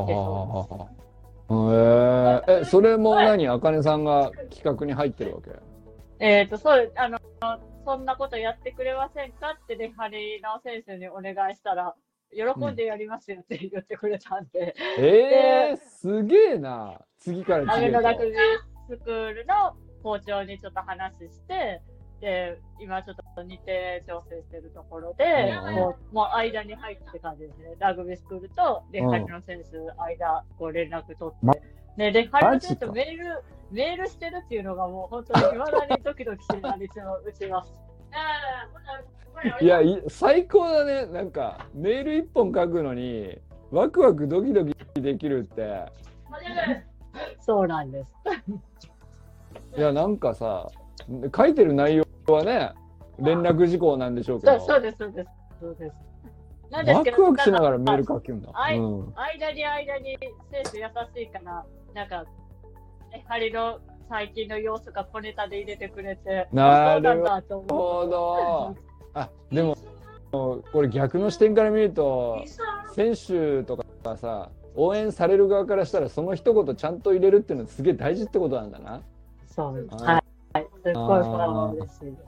そうです。それもあかねさんが企画に入ってるわけ？ そうそんなことやってくれませんかってレハリの選手にお願いしたら喜んでやりますよって言ってくれたんで、 すげえな。次から次へと。 阿部のラグビースクールの校長にちょっと話して、で今ちょっと日程調整してるところで、もう間に入って感じですね。ラグビースクールとレハリの選手間こう連絡取って、レハリの選手とメールしてるっていうのがもう本当に未だにドキドキしてるなり打ちます。 いや最高だね。なんかメール一本書くのにワクワクドキドキできるって。 そうなんです。 いやなんかさ、書いてる内容はね連絡事項なんでしょうけど。 そうです。 なんですけどワクワクしながらメール書くんだ。 間に選手優しいからなんかハリの最近の様子が小ネタで入れてくれて、 なるほど。でもこれ逆の視点から見ると選手とかさ応援される側からしたらその一言ちゃんと入れるっていうのはすげえ大事ってことなんだな。 そうです。はい。すごい嬉しいです。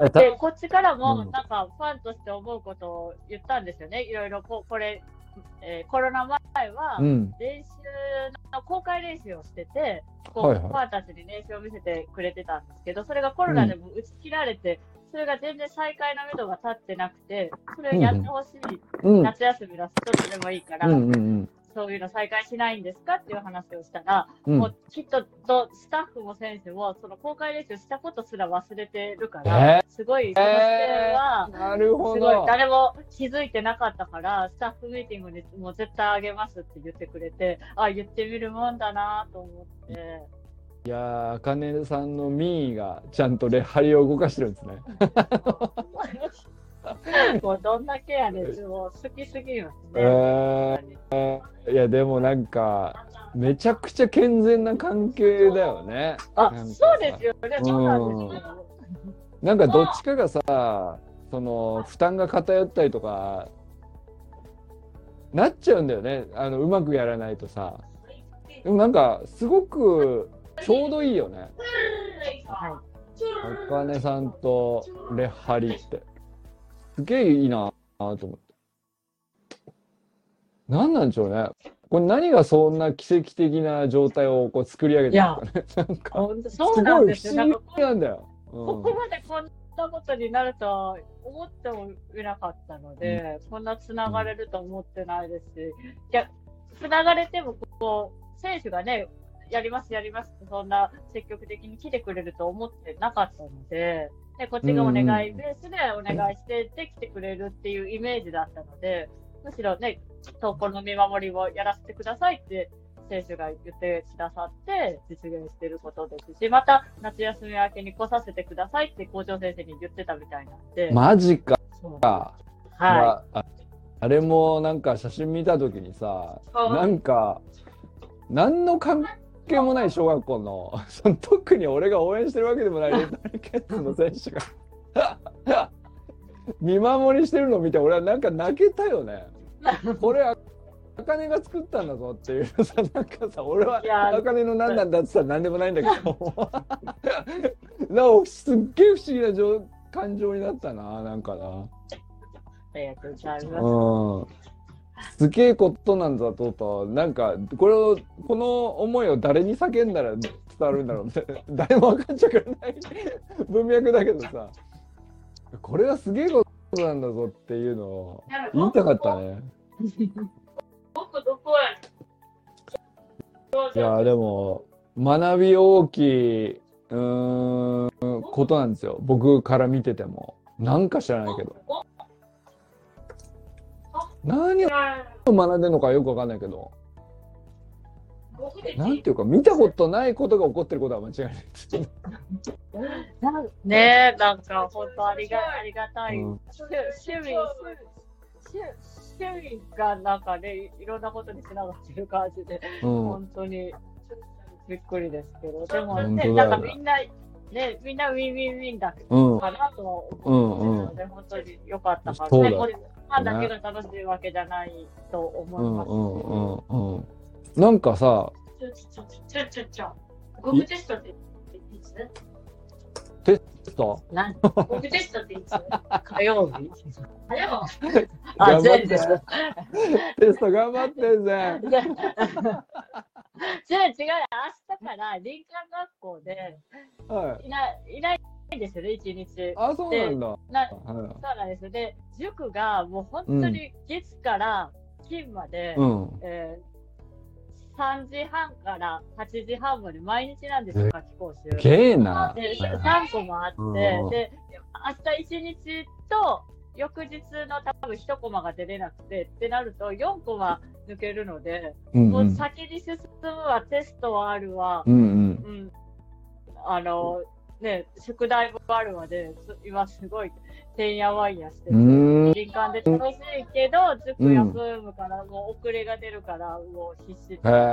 でこっちからもなんかファンとして思うことを言ったんですよね。いろいろこれ。コロナ前は練習の公開練習をしてて、ファンたちに練習を見せてくれてたんですけど、それがコロナでも打ち切られて、それが全然再開のめどが立ってなくて、それをやってほしい、夏休みだしちょっとでもいいから、そういうの再開しないんですかっていう話をしたら、もうきっとスタッフも選手もその公開練習したことすら忘れてるから、すごいその視点はすごい誰も気づいてなかったから、スタッフミーティングにもう絶対あげますって言ってくれて、言ってみるもんだなと思って。 いやー、あかねさんのミーがちゃんとレハリを動かしてるんですね。 もうどんだけやねん、もう好きすぎますね。 いやでもなんかめちゃくちゃ健全な関係だよね。 あ、そうですよね。そうなんですよ。 なんかどっちかがさ、その負担が偏ったりとかなっちゃうんだよね。うまくやらないとさ。でもなんかすごくちょうどいいよね。あかねさんとレハリってすげえいいなと思って。何なんでしょうね。これ何がそんな奇跡的な状態をこう作り上げてるのかね。なんかそうなんですよ。 すごい不思議なんだよ。 ここまでこんなことになるとは思ってもいなかったので、こんなつながれると思ってないですし、つながれてもこう選手がね、やりますってそんな積極的に来てくれると思ってなかったので、こっちがお願いベースでお願いして来てくれるっていうイメージだったので、むしろね、投稿の見守りをやらせてくださいって選手が言ってくださって実現していることですし、また夏休み明けに来させてくださいって校長先生に言ってたみたいなんで。 マジか。 はい。 あれもなんか写真見たときにさ、なんか何の関係もない小学校の、特に俺が応援してるわけでもないレンタルケッツの選手が見守りしてるのを見て俺はなんか泣けたよね。これあかねが作ったんだぞっていうさ、なんかさ、俺はあかねの何なんだって言ったら何でもないんだけどなおすっげえ不思議な感情になったな、なんかな。 ありがとうございます。 すげえことなんだと、なんかこの思いを誰に叫んだら伝わるんだろうって誰も分かっちゃくれない文脈だけどさ、これはすげえことなんだぞっていうのを言いたかったね。いやでも学び大きいことなんですよ、僕から見てても。なんか知らないけど何を学んでるのかよくわかんないけど、なんていうか見たことないことが起こってることは間違いないですけどねえ、なんか本当ありがたい、趣味がなんかね、いろんなことにつながってる感じで、本当にびっくりですけど、でもね、なんかみんなウィンウィンウィンだかなとは思ってるので、本当に良かったからね。これファンだけが楽しいわけじゃないと思いますし。 なんかさ、 国テストっていつ？ テスト？ 国テストっていつ？火曜日？あ、全然。 テスト頑張ってんぜ。 違う、明日から林間学校でいないんですよね、1日。 あ、そうなんだ。 そうなんです。で、塾がもう本当に月から金まで、3時半から8時半まで毎日なんですよ、夏期講習。 すげえな。 で、3個もあって、で、明日1日と、翌日の多分1コマが出れなくてってなると4コマ抜けるので、もう先に進むわ、テストはあるわ、宿題もあるわで、今すごいてんやわんやしてて、林間で楽しいけど、塾休むからもう遅れが出るからもう必死で。この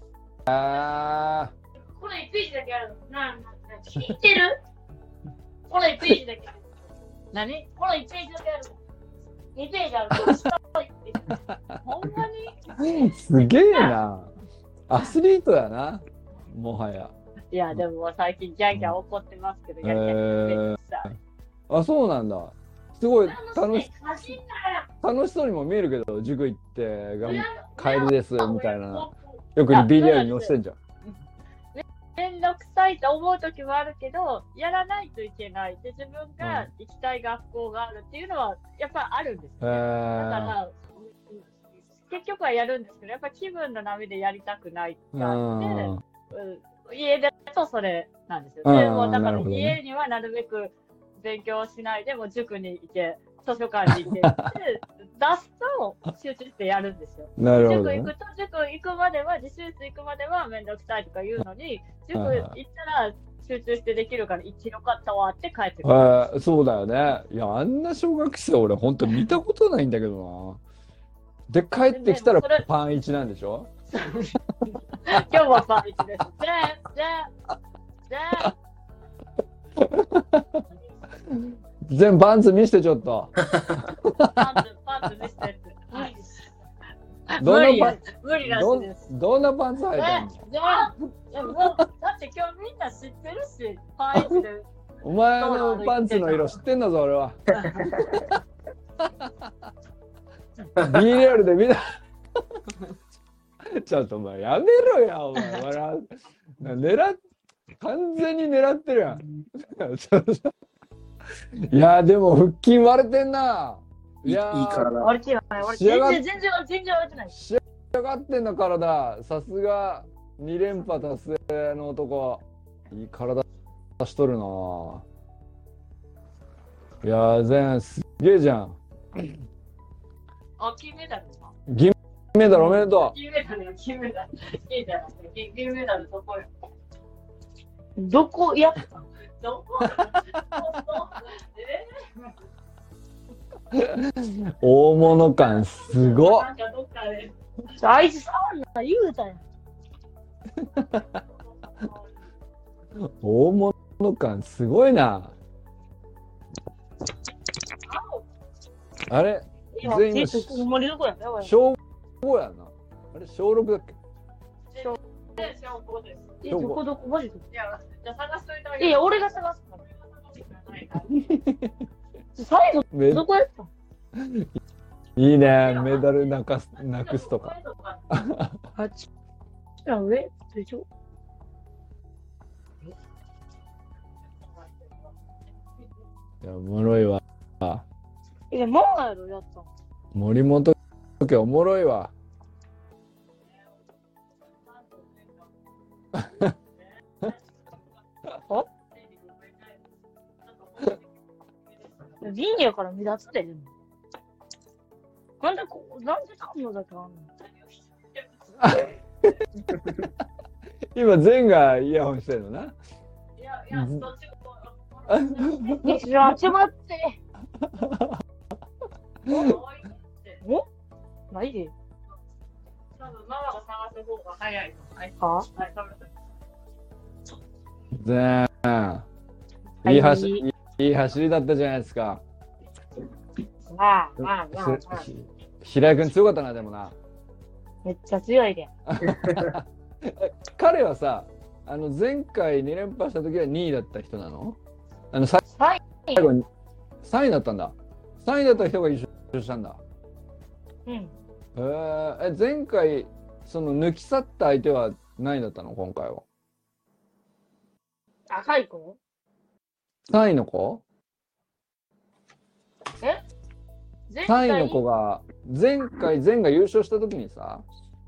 1ページだけあるの？聞いてる？この1ページだけある。何？この1ページだけあるの？2ページあるの？ほんまに？ すげえな。アスリートやな、もはや。 いや、でも最近ギャンギャン怒ってますけど、やりたくて。 あ、そうなんだ。すごい楽しそうにも見えるけど、塾行って帰りですみたいな。よくビデオに載せてんじゃん。 めんどくさいと思う時もあるけど、やらないといけない。で、自分が行きたい学校があるっていうのは、やっぱあるんですよ、ね。だから、結局はやるんですけど、やっぱ気分の波でやりたくないってあって、家だとそれなんですよ。でもだから家にはなるべく勉強しないでも塾に行け、図書館に行けってすと集中してやるんですよ。 なるほど、ね。 塾行くまでは、自習室行くまではめんどくさいとか言うのに、塾行ったら集中してできるから、よかったわって帰ってくる。 そうだよね。いや、あんな小学生俺ほんと見たことないんだけどな。で、帰ってきたらパン1なんでしょ？ 今日はパン1です。 全パンツ見せてちょっと。 パンツ見せてって。 どんなパン無理らしいです。 どんなパンツ履いてんの？ だって今日みんな知ってるし、パン1で。 お前のパンツの色知ってんだぞ、俺は。BL で見た。ちょっとお前やめろや、お前。完全に狙ってるやん。いやでも腹筋割れてんな。 いい体。 割れてない。全然割れてない。 仕上がってんな体。さすが2連覇達成の男。いい体しとるな。いや全すげえじゃん。 金メダルか。 銀メダルおめでとう。 金メダルどこよ。どこやったどこ大物感すごっ。 あいつ触んな言うたやん。 大物感すごいな。あれ全員小5やな。あれ小6だっけ？ 小5です。どこマジで？じゃあ探しといたらいい。俺が探すから。最後どこやった？ いいね、メダルなくすとか。 上でしょ？ いや、おもろいわ。 モンガルやったの？ 森本家おもろいわ。 銀やから目立つってるの。なんでタンのだけあんの？ 今全がイヤホンしてるのな。 いや、どっちも。ちょ待って。お？ないで。多分ママが探す方が早いの。はいか？はい、 いい走りだったじゃないですか。 まあ。 平井君強かったな、でもな。 めっちゃ強いで。 彼はさ、前回2連覇した時は2位だった人なの？最後に3位だったんだ。3位だった人が優勝したんだ。 うん。 前回その抜き去った相手は何位だったの？今回は。 赤い子 ？3位の子？3位の子が前回前が優勝した時にさ、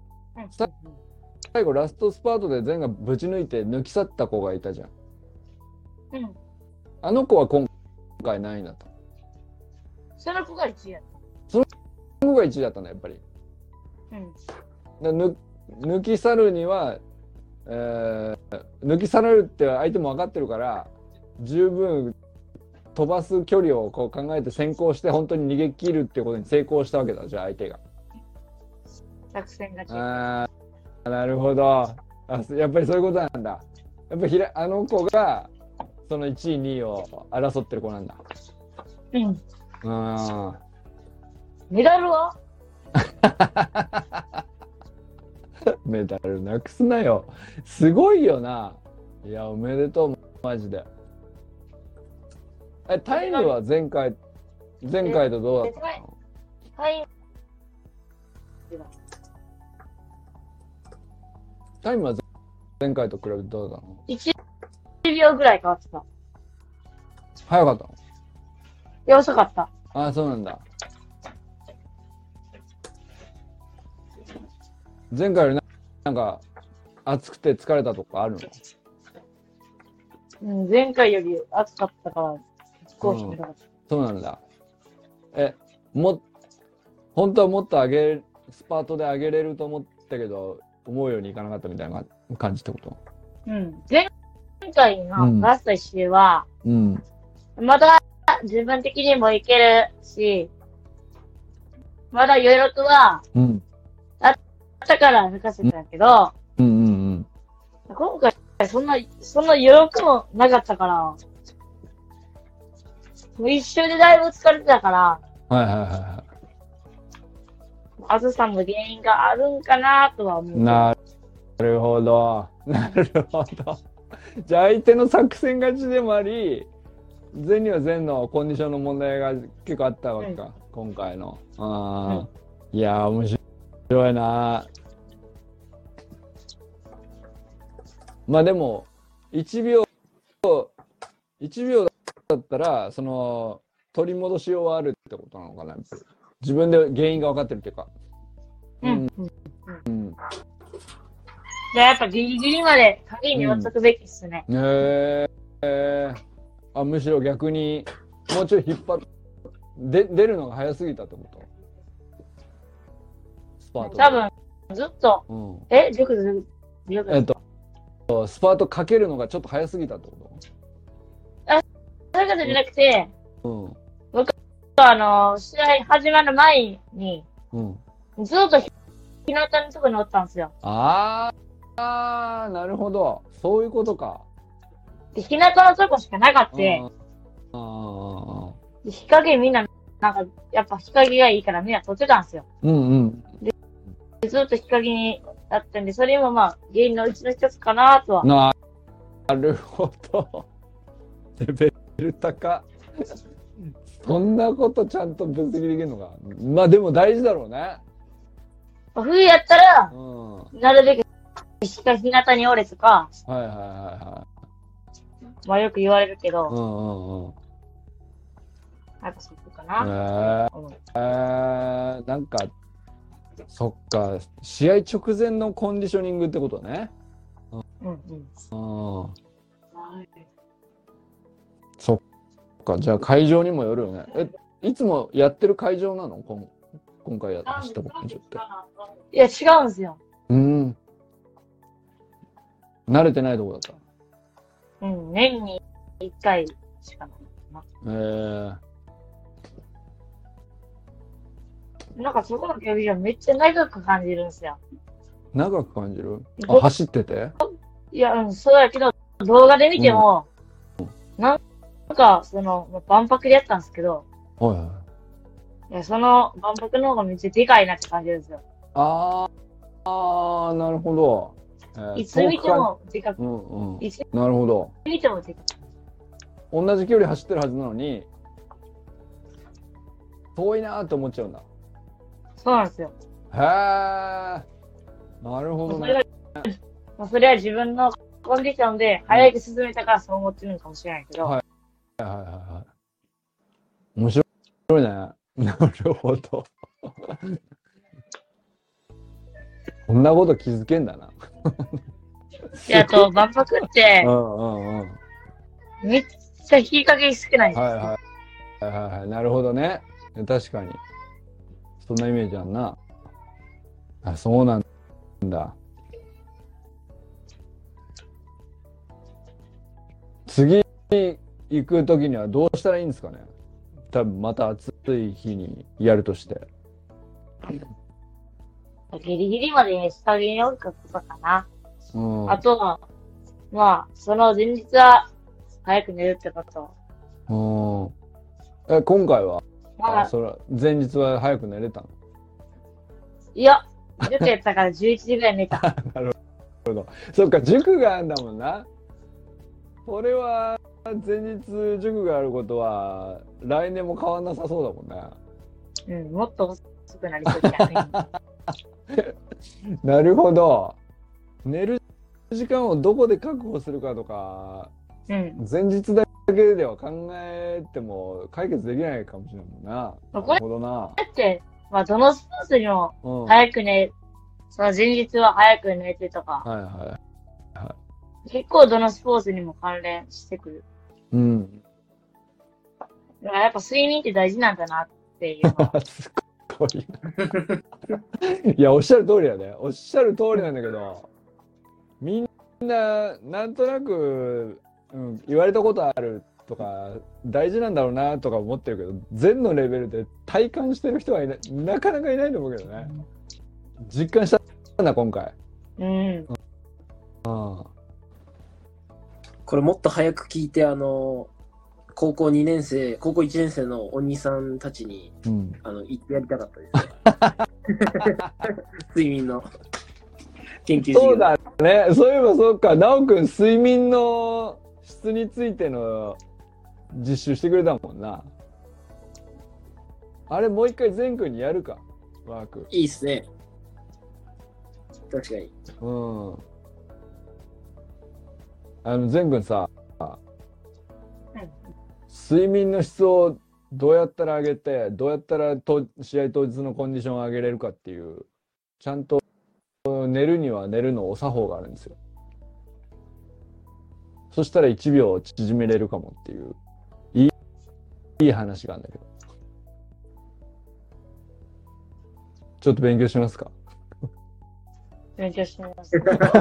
最後ラストスパートで前がぶち抜いて抜き去った子がいたじゃん。 うん。 あの子は今回何位だったの？ その子が1位やった。 その子が1位だったんだ、やっぱり。うん。抜き去るには、抜き去られるって相手も分かってるから十分飛ばす距離をこう考えて先行して本当に逃げ切るっていうことに成功したわけだ。じゃあ相手が作戦が違う。 なるほど。やっぱりそういうことなんだ。やっぱりあの子がその1位2位を争ってる子なんだ。 うん。メダルは？ メダルなくすなよ。すごいよな。いや、おめでとう、マジで。タイムは前回とどうだったの？タイムは前回と比べてどうだったの？1 秒ぐらい変わってた。 早かったの？ いや、遅かった。 あ、そうなんだ。前回よりなんか暑くて疲れたとかあるの？ うん、前回より暑かったから飛行機見たかった。 そうなんだ。 本当はもっとスパートで上げれると思ったけど、思うようにいかなかったみたいな感じってこと？ うん。前回のラスト1周は、まだ自分的にもいけるし、まだ余力は、あったから抜かせたけど、今回そんな余力もなかったから、もう一周でだいぶ疲れてたから、あずさんも原因があるんかなとは思う。 なるほど。じゃあ相手の作戦勝ちでもあり、前には前のコンディションの問題が結構あったわけか、今回の。いやー、面白いな。まあでも、1秒だったら、その、取り戻しようはあるってことなのかな、やっぱり。自分で原因が分かってるっていうか。 じゃあやっぱギリギリまで鍵に持っとくべきっすね。 むしろ逆に、もうちょい引っ張る。出るのが早すぎたってこと？スパート。 多分、ずっと、 スパートかけるのがちょっと早すぎたってこと？ そういうことじゃなくて、僕は試合始まる前に、ずっと日向のとこにおったんですよ。 なるほど。そういうことか。 で、日向のとこしかなかった。日陰みんな、なんか、やっぱ日陰がいいからみんな撮ってたんですよ。で、ずっと日陰にあったんで、それもまあ、原因のうちの一つかなとは。 なるほど。レベル高。そんなことちゃんと分析できるのか。まあでも大事だろうね。 冬やったら、なるべく日向におれとか、まあよく言われるけど、やっぱそこかな。 なんか、そっか、試合直前のコンディショニングってことね。そっか、じゃあ会場にもよるよね。いつもやってる会場なの？今回走った会場って。 いや、違うんですよ。 慣れてないとこだった。 年に1回しかないな。なんかそこの競技場めっちゃ長く感じるんですよ。 長く感じる？走ってて？ いや、そうやけど、動画で見ても、なんか、万博でやったんですけど、いや、その万博の方がめっちゃでかいなって感じるんですよ。 なるほど。 いつ見てもでかく。 なるほど。 見てもでかく。 同じ距離走ってるはずなのに、遠いなーって思っちゃうんだ。 そうなんですよ。 なるほどね。 それは自分のコンディションで早く進めたからそう思ってるのかもしれないけど。 面白いね。なるほど。こんなこと気づけんだな。 万博って、めっちゃ日陰少ないです。 なるほどね。確かに。そんなイメージあんな。そうなんだ。次行くときにはどうしたらいいんですかね。多分また暑い日にやるとして。 ギリギリまで下着に置くことかな。あとは、まあ、その前日は早く寝るってこと。 今回は、前日は早く寝れたの？ いや、塾やったから11時ぐらい寝た。 なるほど。そっか、塾があるんだもんな。これは、前日塾があることは、来年も変わんなさそうだもんね。 もっと遅くなりそうじゃね。 なるほど。寝る時間をどこで確保するかとか、前日だけでは考えても解決できないかもしれないもんな。なるほどな。 だって、まあ、どのスポーツにも早くその前日は早く寝てとか、結構どのスポーツにも関連してくる。だからやっぱ睡眠って大事なんだなっていうのは。 こいい。いや、おっしゃる通りだね。おっしゃる通りなんだけど、みんな、なんとなく、言われたことあるとか、大事なんだろうなとか思ってるけど、禅のレベルで体感してる人はいない、なかなかいないと思うけどね。実感したんだ、今回。 これもっと早く聞いて、高校2年生、高校1年生のお兄さんたちに、言ってやりたかったですね。睡眠の研究授業。 そうだね。そういえばそうか。なおくん、睡眠の質についての実習してくれたもんな。あれ、もう一回全くんにやるか、ワーク。 いいっすね。確かに。 全くんさ、睡眠の質をどうやったら上げて、どうやったら試合当日のコンディションを上げれるかっていう、ちゃんと寝るには寝るのお作法があるんですよ。そしたら1秒縮めれるかもっていう、いい話があるんだけど。ちょっと勉強しますか？ 勉強します。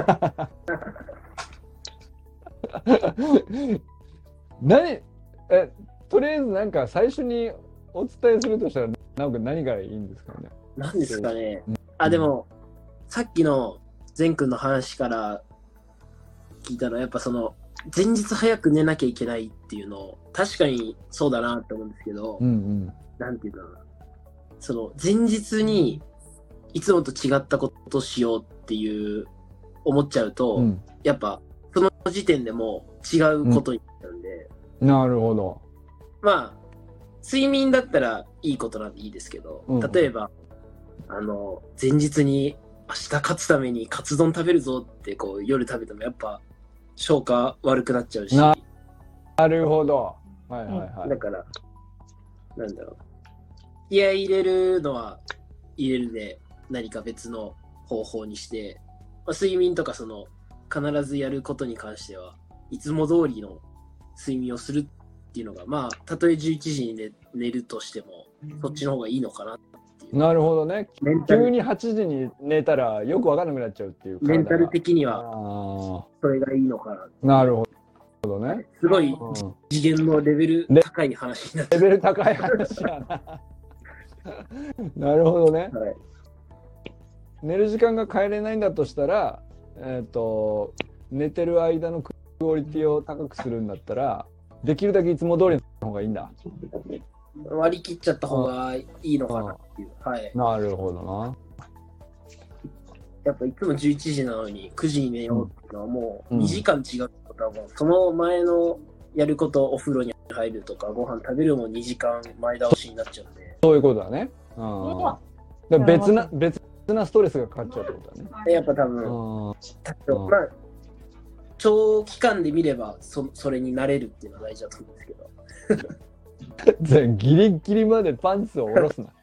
とりあえずなんか最初にお伝えするとしたら、なんか何がいいんですかね。 何ですかね。でも、さっきの善くんの話から聞いたのは、やっぱその、前日早く寝なきゃいけないっていうの、確かにそうだなって思うんですけど、なんていうかな。その、前日にいつもと違ったことをしようっていう思っちゃうと、やっぱ、その時点でもう違うことになるんで。 なるほど。 まあ、睡眠だったらいいことなんでいいですけど、例えば、前日に明日勝つためにカツ丼食べるぞってこう夜食べてもやっぱ消化悪くなっちゃうし。 なるほど。はいはいはい。 だから、なんだろう。気合い入れるのは入れるで何か別の方法にして、睡眠とかその必ずやることに関してはいつも通りの睡眠をするっていうのが、まあ、たとえ11時に寝るとしても、そっちの方がいいのかなっていう。 なるほどね。急に8時に寝たらよくわからなくなっちゃうっていう。 メンタル的には、それがいいのかな。なるほどね。 すごい次元のレベル高い話になってレベル高い話やな。なるほどね。はい、寝る時間が変えれないんだとしたら、寝てる間のクオリティを高くするんだったら、できるだけいつも通りの方がいいんだ。 割り切っちゃった方がいいのかなっていう。はい。 なるほどな。 やっぱいつも11時なのに9時に寝ようっていうのはもう2時間違うことはもうその前のやること、お風呂に入るとかご飯食べるも2時間前倒しになっちゃうんで。 そういうことだね。だ別なストレスがかかっちゃうってことだね。 やっぱ多分、まあ長期間で見ればそれになれるっていうのは大事だと思うんですけど。ギリギリまでパンツを下ろすな。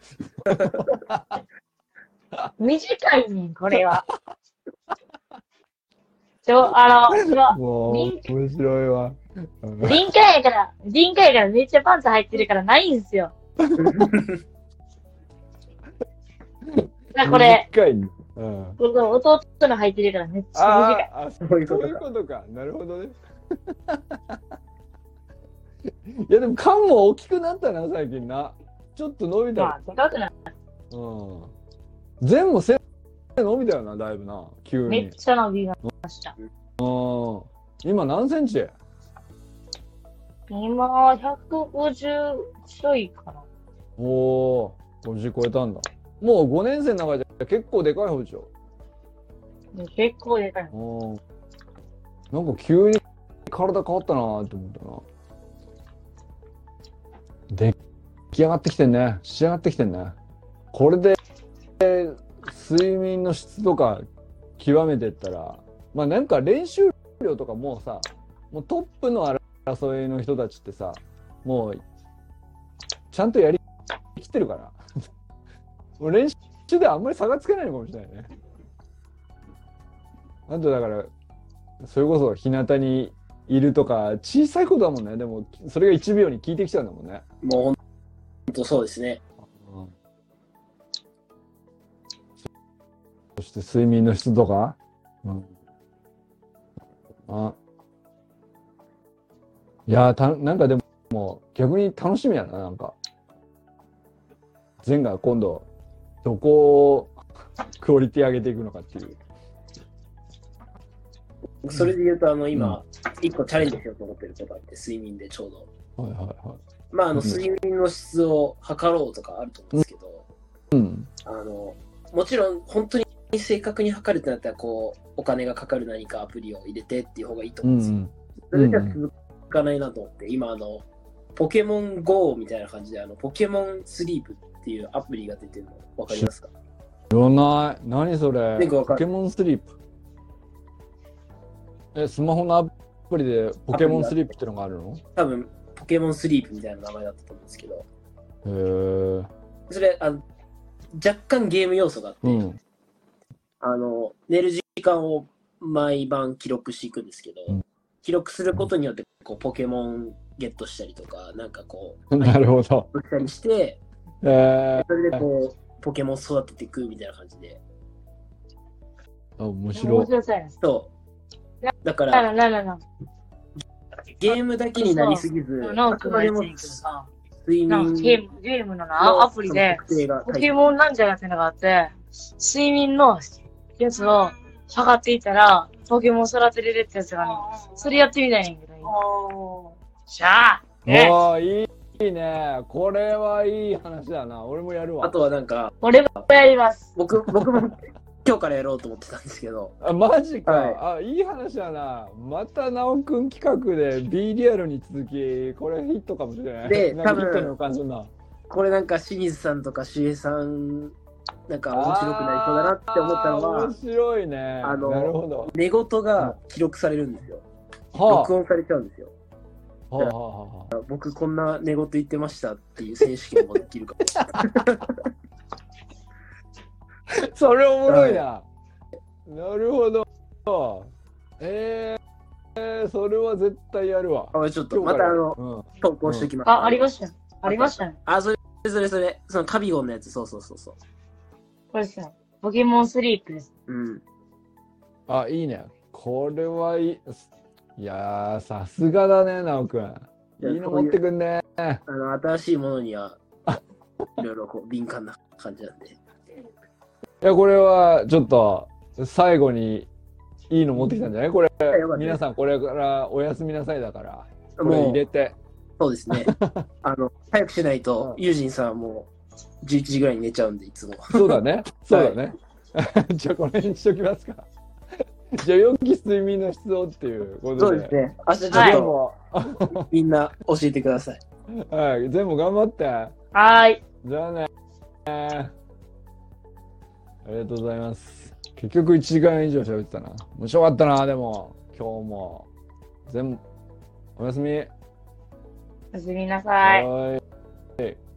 短いね、これは。 もう面白いわ。 臨界やからめっちゃパンツ入ってるからないんすよ。これ。弟の履いてるからめっちゃ短い。 そういうことか。なるほどね。いやでも缶も大きくなったな最近な。ちょっと伸びた。 まあでかくなった。 全部背伸びたよなだいぶな急に。 めっちゃ伸びました。 今何センチ？ 今150ちょいかな。 おお、50超えたんだ。もう5年生の中で結構でかい方でしょ。 結構でかい。 なんか急に体変わったなーって思ったな。出来上がってきてんね。仕上がってきてんね。これで睡眠の質とか極めてったら、まあなんか練習量とかもうさ、もうトップの争いの人たちってさ、もうちゃんとやりきってるから。もう練習ではあんまり差がつけないのかもしれないね。あとだからそれこそ日向にいるとか小さいことだもんね。でもそれが1秒に効いてきちゃうんだもんね。 もう本当そうですね。 そして睡眠の質とか、いやなんかでも逆に楽しみやな、なんか。ゼンが今度どこをクオリティ上げていくのかっていう。 それで言うと今、一個チャレンジしようと思ってることがあって、睡眠でちょうど。 はいはいはい。 まあ睡眠の質を測ろうとかあると思うんですけど、もちろん本当に正確に測るってなったらこうお金がかかる何かアプリを入れてっていう方がいいと思うんですよ。それじゃ続かないなと思って、今ポケモン GO みたいな感じでポケモンスリープっていうアプリが出てるの分かりますか？ 知らない。何それ？ポケモンスリープ。スマホのアプリでポケモンスリープってのがあるの？多分ポケモンスリープみたいな名前だったと思うんですけど。 へー。 それ若干ゲーム要素があって、寝る時間を毎晩記録していくんですけど、記録することによってこうポケモンゲットしたりとか、なんかこう、 なるほど。 したりして、それでこう、ポケモン育てていくみたいな感じで。 面白い。 そう。だから、ゲームだけになりすぎず、 ゲームのアプリで、ポケモンなんじゃなくてのがあって、睡眠のやつを測っていたら、ポケモン育てれるってやつがね、それやってみたいねんけど。しゃあ、いいね。これはいい話だな。俺もやるわ。 あとはなんか、 俺もやります。 僕も今日からやろうと思ってたんですけど。 マジか。いい話だな。またなおくん企画で B リアルに続き、これヒットかもしれない。 で、 多分これなんか清水さんとかしえさん、なんか面白くなりそうだなって思ったのは、 面白いね。なるほど。 寝言が記録されるんですよ。録音されちゃうんですよ。僕こんな寝言言ってましたっていう選手権もできるかも。 それおもろいな。なるほど。それは絶対やるわ。 ちょっとまた投稿してきます。 ありました。ありましたね。 それ。そのカビゴンのやつ、そう。 これですよ。ポケモンスリープです。 いいね。これはいい。いやー、さすがだね、なおくん。いいの持ってくんね。 新しいものには、いろいろこう敏感な感じなんで。 いや、これはちょっと最後にいいの持ってきたんじゃない？これ皆さんこれからおやすみなさいだからこれ入れて。 そうですね。早くしないとユージンさんはもう11時ぐらいに寝ちゃうんでいつも。 そうだね。じゃあこの辺にしときますか。じゃあ良き睡眠の質をっていうことで。 そうですね。明日ちょっとみんな教えてください。 はい、全部頑張って。 はい。 じゃあね。ありがとうございます。結局1時間以上喋ってたな。面白かったな、でも、今日も。おやすみ。 おやすみなさい。 はい。